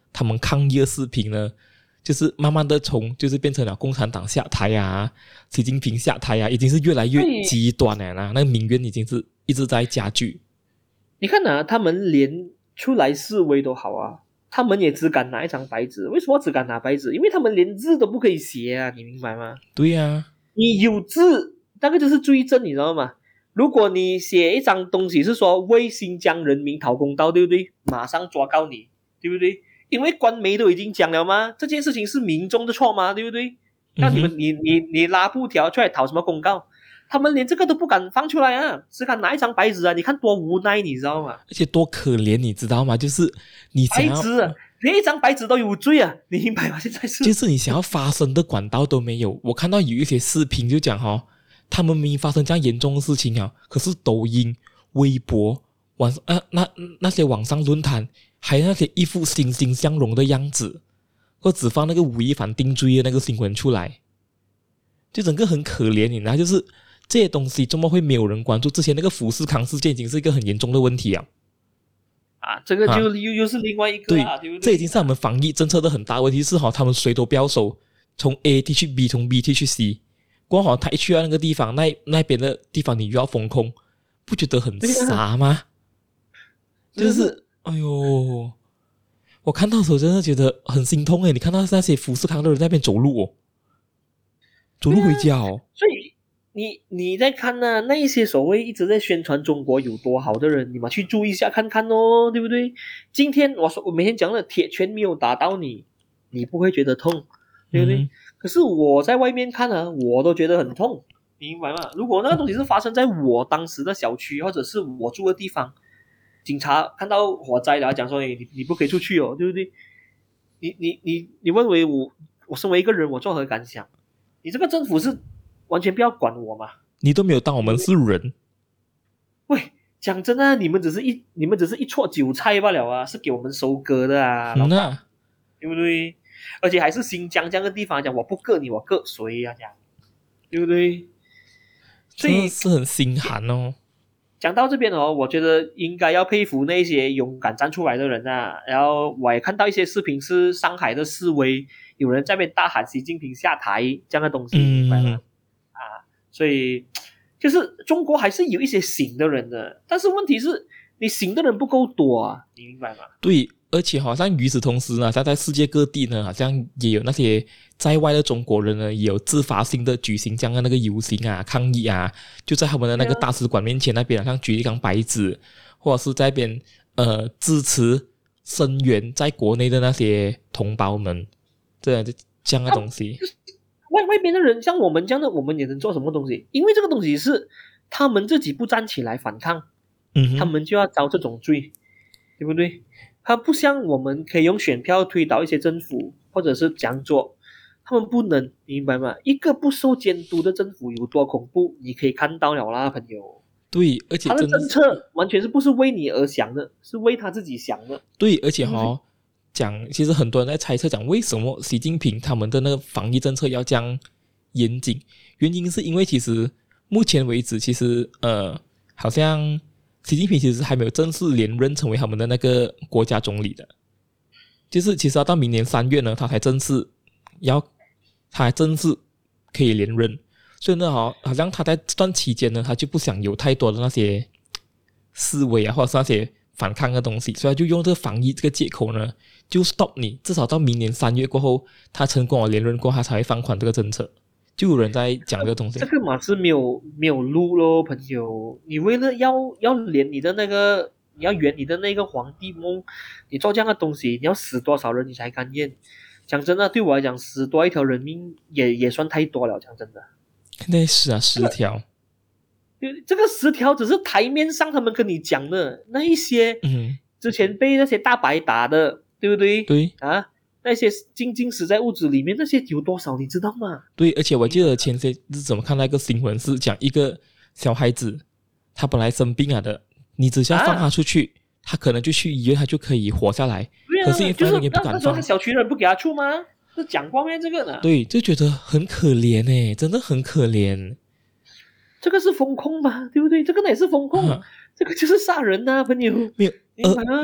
[SPEAKER 1] 他们抗议的视频呢，就是慢慢的从就是变成了共产党下台啊，习近平下台啊，已经是越来越极端了啦，那个民怨已经是一直在加剧。
[SPEAKER 2] 你看啊，他们连出来示威都好啊，他们也只敢拿一张白纸。为什么只敢拿白纸？因为他们连字都不可以写啊，你明白吗？
[SPEAKER 1] 对呀、啊，
[SPEAKER 2] 你有字，那个就是罪证，你知道吗？如果你写一张东西是说为新疆人民讨公道，对不对？马上抓告你，对不对？因为官媒都已经讲了吗？这件事情是民众的错吗？对不对？那你们、嗯、你你你拉布条出来讨什么公告？他们连这个都不敢放出来啊，只敢拿一张白纸啊！你看多无奈，你知道吗？
[SPEAKER 1] 而且多可怜，你知道吗？就是你想要
[SPEAKER 2] 白纸啊，连一张白纸都有罪啊，你明白吗？现在是
[SPEAKER 1] 就是你想要发声的管道都没有。我看到有一些视频就讲哈、哦，他们明明发生这样严重的事情啊，可是抖音、微博、网啊那那些网上论坛，还有那些一副欣欣向荣的样子，或只放那个吴亦凡定罪的那个新闻出来，就整个很可怜，你知道，就是这些东西怎么会没有人关注？之前那个富士康事件已经是一个很严重的问题啊。
[SPEAKER 2] 啊，这个就又、啊、又是另外一个
[SPEAKER 1] 对，
[SPEAKER 2] 啊，对不对？
[SPEAKER 1] 这已经是他们防疫政策的很大问题，是哈，他们谁都不要收，从 A T 去 B， 从 B T 去 C， 过好他一去到那个地方，那那边的地方你又要封控，不觉得很傻吗？啊、就是，哎呦，我看到的时候真的觉得很心痛诶！你看到那些富士康的人在那边走路哦，走路回家哦，
[SPEAKER 2] 所以。你你在看呢、啊？那一些所谓一直在宣传中国有多好的人，你们去注意一下看看哦，对不对？今天我说我每天讲的铁拳没有打到你，你不会觉得痛，对不对？嗯、可是我在外面看啊，我都觉得很痛，你明白吗？如果那个东西是发生在我当时的小区或者是我住的地方，警察看到火灾了，讲说你你不可以出去哦，对不对？你你你你问为我我身为一个人，我作何感想？你这个政府是。完全不要管我嘛！
[SPEAKER 1] 你都没有当我们是人。
[SPEAKER 2] 喂，讲真的，你们只是一你们只是一撮韭菜罢了啊，是给我们收割的啊，
[SPEAKER 1] 嗯啊，
[SPEAKER 2] 对不对？而且还是新疆这样的地方讲，我不割你，我割谁啊？讲，对不对？所以
[SPEAKER 1] 是很心寒哦。
[SPEAKER 2] 讲到这边哦，我觉得应该要佩服那些勇敢站出来的人啊。然后我也看到一些视频，是上海的示威，有人在那边大喊习近平下台这样的东西，
[SPEAKER 1] 嗯、
[SPEAKER 2] 明白吗？所以就是中国还是有一些醒的人的，但是问题是你醒的人不够多啊，你明白吗？
[SPEAKER 1] 对，而且好像与此同时呢，在在世界各地呢，好像也有那些在外的中国人呢，也有自发性的举行这样的那个游行啊、抗议啊，就在他们的那个大使馆面前那边，好像举一张白纸，或者是在那边呃支持声援在国内的那些同胞们，这样这样的东西。
[SPEAKER 2] 啊外外边的人像我们这样的，我们也能做什么东西？因为这个东西是他们自己不站起来反抗，
[SPEAKER 1] 嗯，
[SPEAKER 2] 他们就要遭这种罪，对不对？他不像我们可以用选票推倒一些政府，或者是这样做，他们不能，明白吗？一个不受监督的政府有多恐怖，你可以看到了啦，朋友。
[SPEAKER 1] 对，而且
[SPEAKER 2] 他的政策完全是不是为你而想的，是为他自己想的。
[SPEAKER 1] 对，而且哈、哦。讲，其实很多人在猜测讲为什么习近平他们的那个防疫政策要这样严谨，原因是因为其实目前为止，其实呃，好像习近平其实还没有正式连任成为他们的那个国家总理的，就是其实要到明年三月呢，他才正式要，他才正式可以连任，所以呢，好，好像他在这段期间呢，他就不想有太多的那些示威啊，或者是那些反抗的东西，所以他就用这个防疫这个借口呢，就 stop 你，至少到明年三月过后，他成功了连任过后，他才会放宽这个政策。就有人在讲这个东西。
[SPEAKER 2] 这个嘛是没有没有路咯，朋友。你为了要要连你的那个，你要圆你的那个皇帝梦，你做这样的东西，你要死多少人你才甘愿？讲真的，对我来讲，死多一条人命也也算太多了。讲真的，
[SPEAKER 1] 那是啊，十条。
[SPEAKER 2] 这个十条只是台面上他们跟你讲的那一些，
[SPEAKER 1] 嗯，
[SPEAKER 2] 之前被那些大白打的，对不对？
[SPEAKER 1] 对
[SPEAKER 2] 啊，那些静静死在屋子里面，那些有多少你知道吗？
[SPEAKER 1] 对，而且我记得前些日子我看到一个新闻是讲一个小孩子，他本来生病了的，你只需要放他出去，啊、他可能就去医院，他就可以活下来。
[SPEAKER 2] 对啊，
[SPEAKER 1] 可是因为反正也不敢放，
[SPEAKER 2] 就是那时候他小区人不给他出吗？是讲光面这个呢？
[SPEAKER 1] 对，就觉得很可怜诶，真的很可怜。
[SPEAKER 2] 这个是风控嘛，对不对？这个也是风控，啊、这个就是杀人呐、啊，朋友。
[SPEAKER 1] 没有，呃，没有，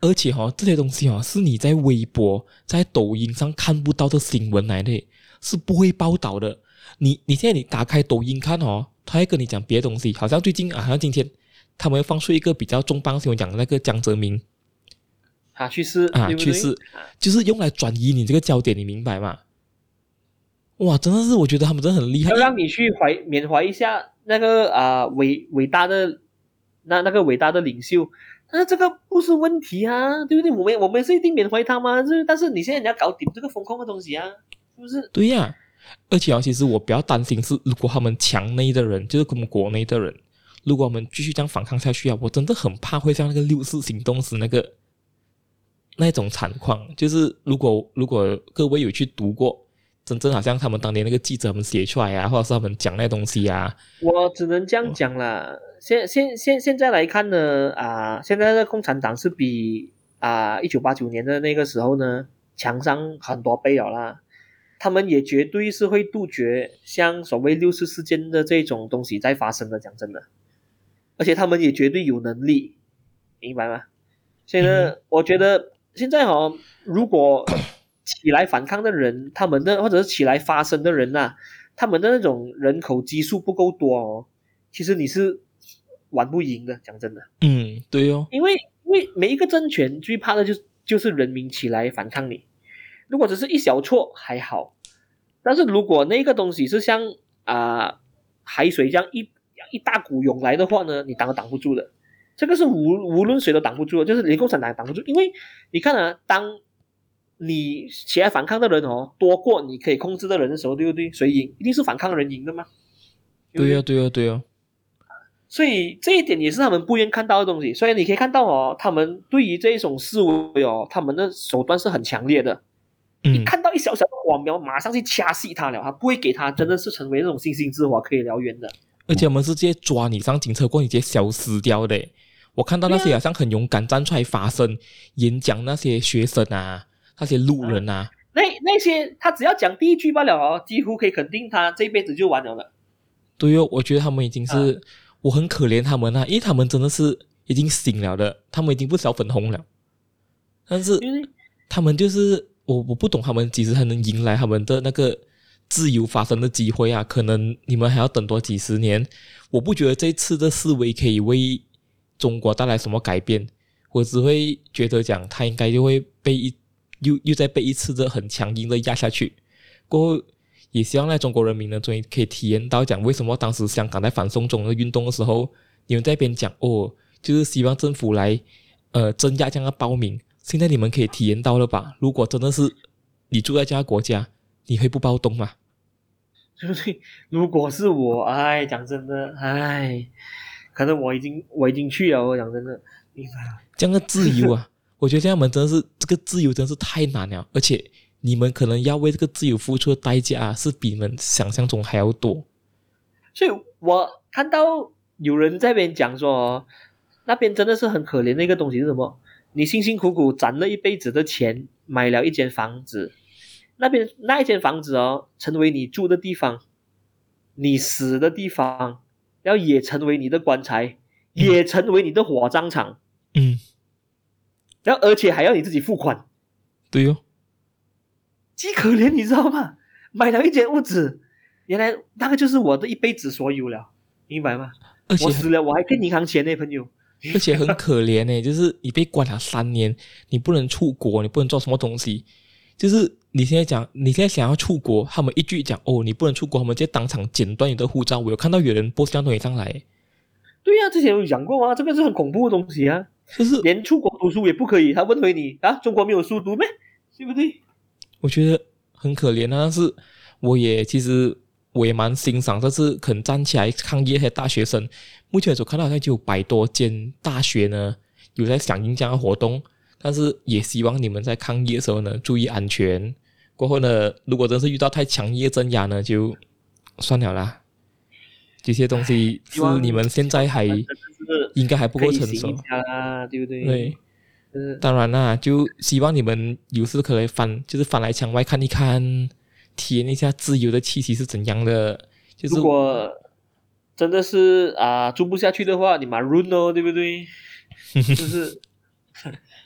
[SPEAKER 1] 而且哦，这些东西哦，是你在微博、在抖音上看不到的新闻来的，是不会报道的。你你现在你打开抖音看哦，他会跟你讲别的东西，好像最近啊，好像今天他们会放出一个比较重磅新闻，讲那个江泽民
[SPEAKER 2] 啊去世
[SPEAKER 1] 啊
[SPEAKER 2] 对不对
[SPEAKER 1] 去世，就是用来转移你这个焦点，你明白吗？哇，真的是我觉得他们真的很厉害，
[SPEAKER 2] 要让你去怀缅怀一下那个啊、呃、伟伟大的那那个伟大的领袖。但是这个不是问题啊，对不对？我们我们是一定缅怀他吗？是，但是你现在你要搞点这个风控的东西啊，是不是？
[SPEAKER 1] 对呀、啊，而且啊，其实我比较担心是，如果他们墙内的人，就是我们国内的人，如果我们继续这样反抗下去啊，我真的很怕会像那个六四行动时那个那种惨况。就是如果如果各位有去读过，真正好像他们当年那个记者们写出来啊，或者是他们讲那东西啊，
[SPEAKER 2] 我只能这样讲啦。现现现现在来看呢，啊，现在的共产党是比啊一九八九年的那个时候呢强上很多倍了啦。他们也绝对是会杜绝像所谓六四事件的这种东西再发生的，讲真的，而且他们也绝对有能力，明白吗？所以呢，嗯、我觉得现在哦，如果起来反抗的人，他们的或者是起来发声的人呐、啊，他们的那种人口基数不够多哦，其实你是玩不赢的，讲真的。
[SPEAKER 1] 嗯，对哦，
[SPEAKER 2] 因为因为每一个政权最怕的就就是人民起来反抗你。如果只是一小撮还好，但是如果那个东西是像啊、呃、海水这样一一大股涌来的话呢，你挡都挡不住的。这个是无无论谁都挡不住的，就是连共产党也挡不住。因为你看啊，当你起来反抗的人哦多过你可以控制的人的时候，对不对？谁赢？一定是反抗的人赢的嘛。
[SPEAKER 1] 对呀、啊，对呀、啊，对呀、啊。
[SPEAKER 2] 所以这一点也是他们不愿看到的东西。所以你可以看到哦，他们对于这一种示威哦，他们的手段是很强烈的。
[SPEAKER 1] 嗯、
[SPEAKER 2] 一看到一小小的火苗，马上去掐死他了，他不会给他真的是成为那种星星之火可以燎原的。
[SPEAKER 1] 而且我们是直接抓你上警车过，你直接消失掉的。我看到那些好像很勇敢站出来发声、演讲那些学生啊，那些路人啊，啊
[SPEAKER 2] 那那些他只要讲第一句罢了哦，几乎可以肯定他这辈子就完了了。
[SPEAKER 1] 对哦，我觉得他们已经是、啊、我很可怜他们啊，因为他们真的是已经醒了的，他们已经不是小粉红了，但是他们就是我我不懂他们几时才能迎来他们的那个自由发声的机会啊？可能你们还要等多几十年。我不觉得这次的示威可以为中国带来什么改变，我只会觉得讲他应该就会被一又又再被一次的很强硬的压下去。过后也希望在中国人民呢，终于可以体验到讲为什么当时香港在反送中的运动的时候，你们在那边讲哦，就是希望政府来呃镇压这样的暴民。现在你们可以体验到了吧？如果真的是你住在这样的国家，你会不暴动吗？
[SPEAKER 2] 对不对？如果是我，哎，讲真的，哎，可能我已经我已经去了，我讲真的，明白了。
[SPEAKER 1] 这样的自由啊，我觉得他们真的是这个自由真是太难了，而且你们可能要为这个自由付出的代价、啊、是比你们想象中还要多。
[SPEAKER 2] 所以我看到有人在那边讲说，那边真的是很可怜的一个东西是什么？你辛辛苦苦攒了一辈子的钱，买了一间房子。那边那一间房子哦，成为你住的地方，你死的地方，然后也成为你的棺材，嗯、也成为你的火葬场。
[SPEAKER 1] 嗯，
[SPEAKER 2] 然后而且还要你自己付款。
[SPEAKER 1] 对哦，
[SPEAKER 2] 极可怜，你知道吗？买了一间屋子，原来那个就是我的一辈子所有了，明白吗？
[SPEAKER 1] 而且
[SPEAKER 2] 我死了，我还欠银行钱呢，朋友。
[SPEAKER 1] 而且很可怜呢，就是你被关了三年，你不能出国，你不能做什么东西。就是你现在讲，你现在想要出国，他们一句讲哦，你不能出国，他们直接当场剪断你的护照。我有看到有人播这样东西上来。
[SPEAKER 2] 对呀、啊，之前有讲过啊，这个是很恐怖的东西啊，
[SPEAKER 1] 就是
[SPEAKER 2] 连出国读书也不可以。他问回你啊，中国没有书读咩？对不对？
[SPEAKER 1] 我觉得很可怜啊，但是我也其实我也蛮欣赏这次肯站起来抗议的大学生。目前所看到好像就有百多间大学呢有在响应这样的活动。但是也希望你们在抗议的时候呢，注意安全。过后呢，如果真是遇到太强烈镇压呢，就算了啦。这些东西是你们现在还应该还不够成熟，
[SPEAKER 2] 啊，对不对？
[SPEAKER 1] 对，当然啦，就希望你们有事可以翻，就是翻来墙外看一看，体验一下自由的气息是怎样的。就是、
[SPEAKER 2] 如果真的是啊、呃、住不下去的话，你马 run 哦，对不对？就是。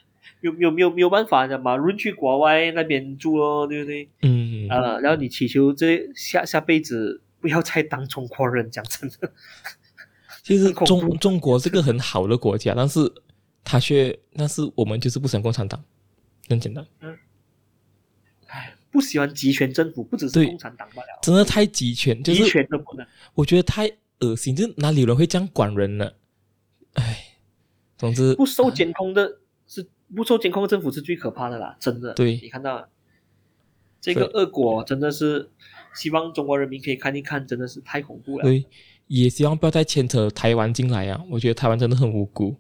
[SPEAKER 2] 没有没有没有没有办法的嘛，润去国外那边住咯，对不对？
[SPEAKER 1] 嗯，
[SPEAKER 2] 呃，然后你祈求这下下辈子不要再当中国人，讲真的。
[SPEAKER 1] 其实
[SPEAKER 2] 很恐怖
[SPEAKER 1] 中中国是个很好的国家，但是他却，但是我们就是不喜欢共产党，很简单。
[SPEAKER 2] 唉，不喜欢集权政府，不只是
[SPEAKER 1] 对
[SPEAKER 2] 共产党罢了，
[SPEAKER 1] 真的太集权，就是
[SPEAKER 2] 集权都不能。
[SPEAKER 1] 我觉得太恶心，就哪里有人会这样管人呢？唉，总之
[SPEAKER 2] 不受监控的是不受监控的政府是最可怕的啦，真的。
[SPEAKER 1] 对
[SPEAKER 2] 你看到这个恶果真的是，希望中国人民可以看一看，真的是太恐怖了。
[SPEAKER 1] 对，也希望不要再牵扯台湾进来啊！我觉得台湾真的很无辜。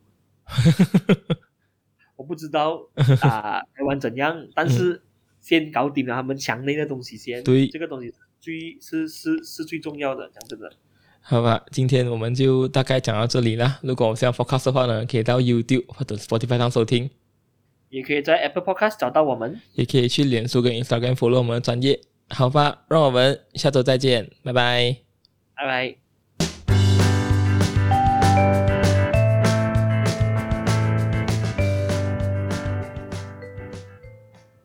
[SPEAKER 2] 我不知道啊、台湾怎样，但是先搞定了他们墙内的东西先。
[SPEAKER 1] 对
[SPEAKER 2] 这个东西最是是是最重要的，讲真的。
[SPEAKER 1] 好吧，今天我们就大概讲到这里啦。如果我想 podcast 的话呢，可以到 YouTube 或者 Spotify 上收听，
[SPEAKER 2] 也可以在 Apple Podcast 找到我们。
[SPEAKER 1] 也可以去脸书跟 Instagram follow 我们的专业。好吧，让我们下周再见，拜拜。
[SPEAKER 2] 拜拜。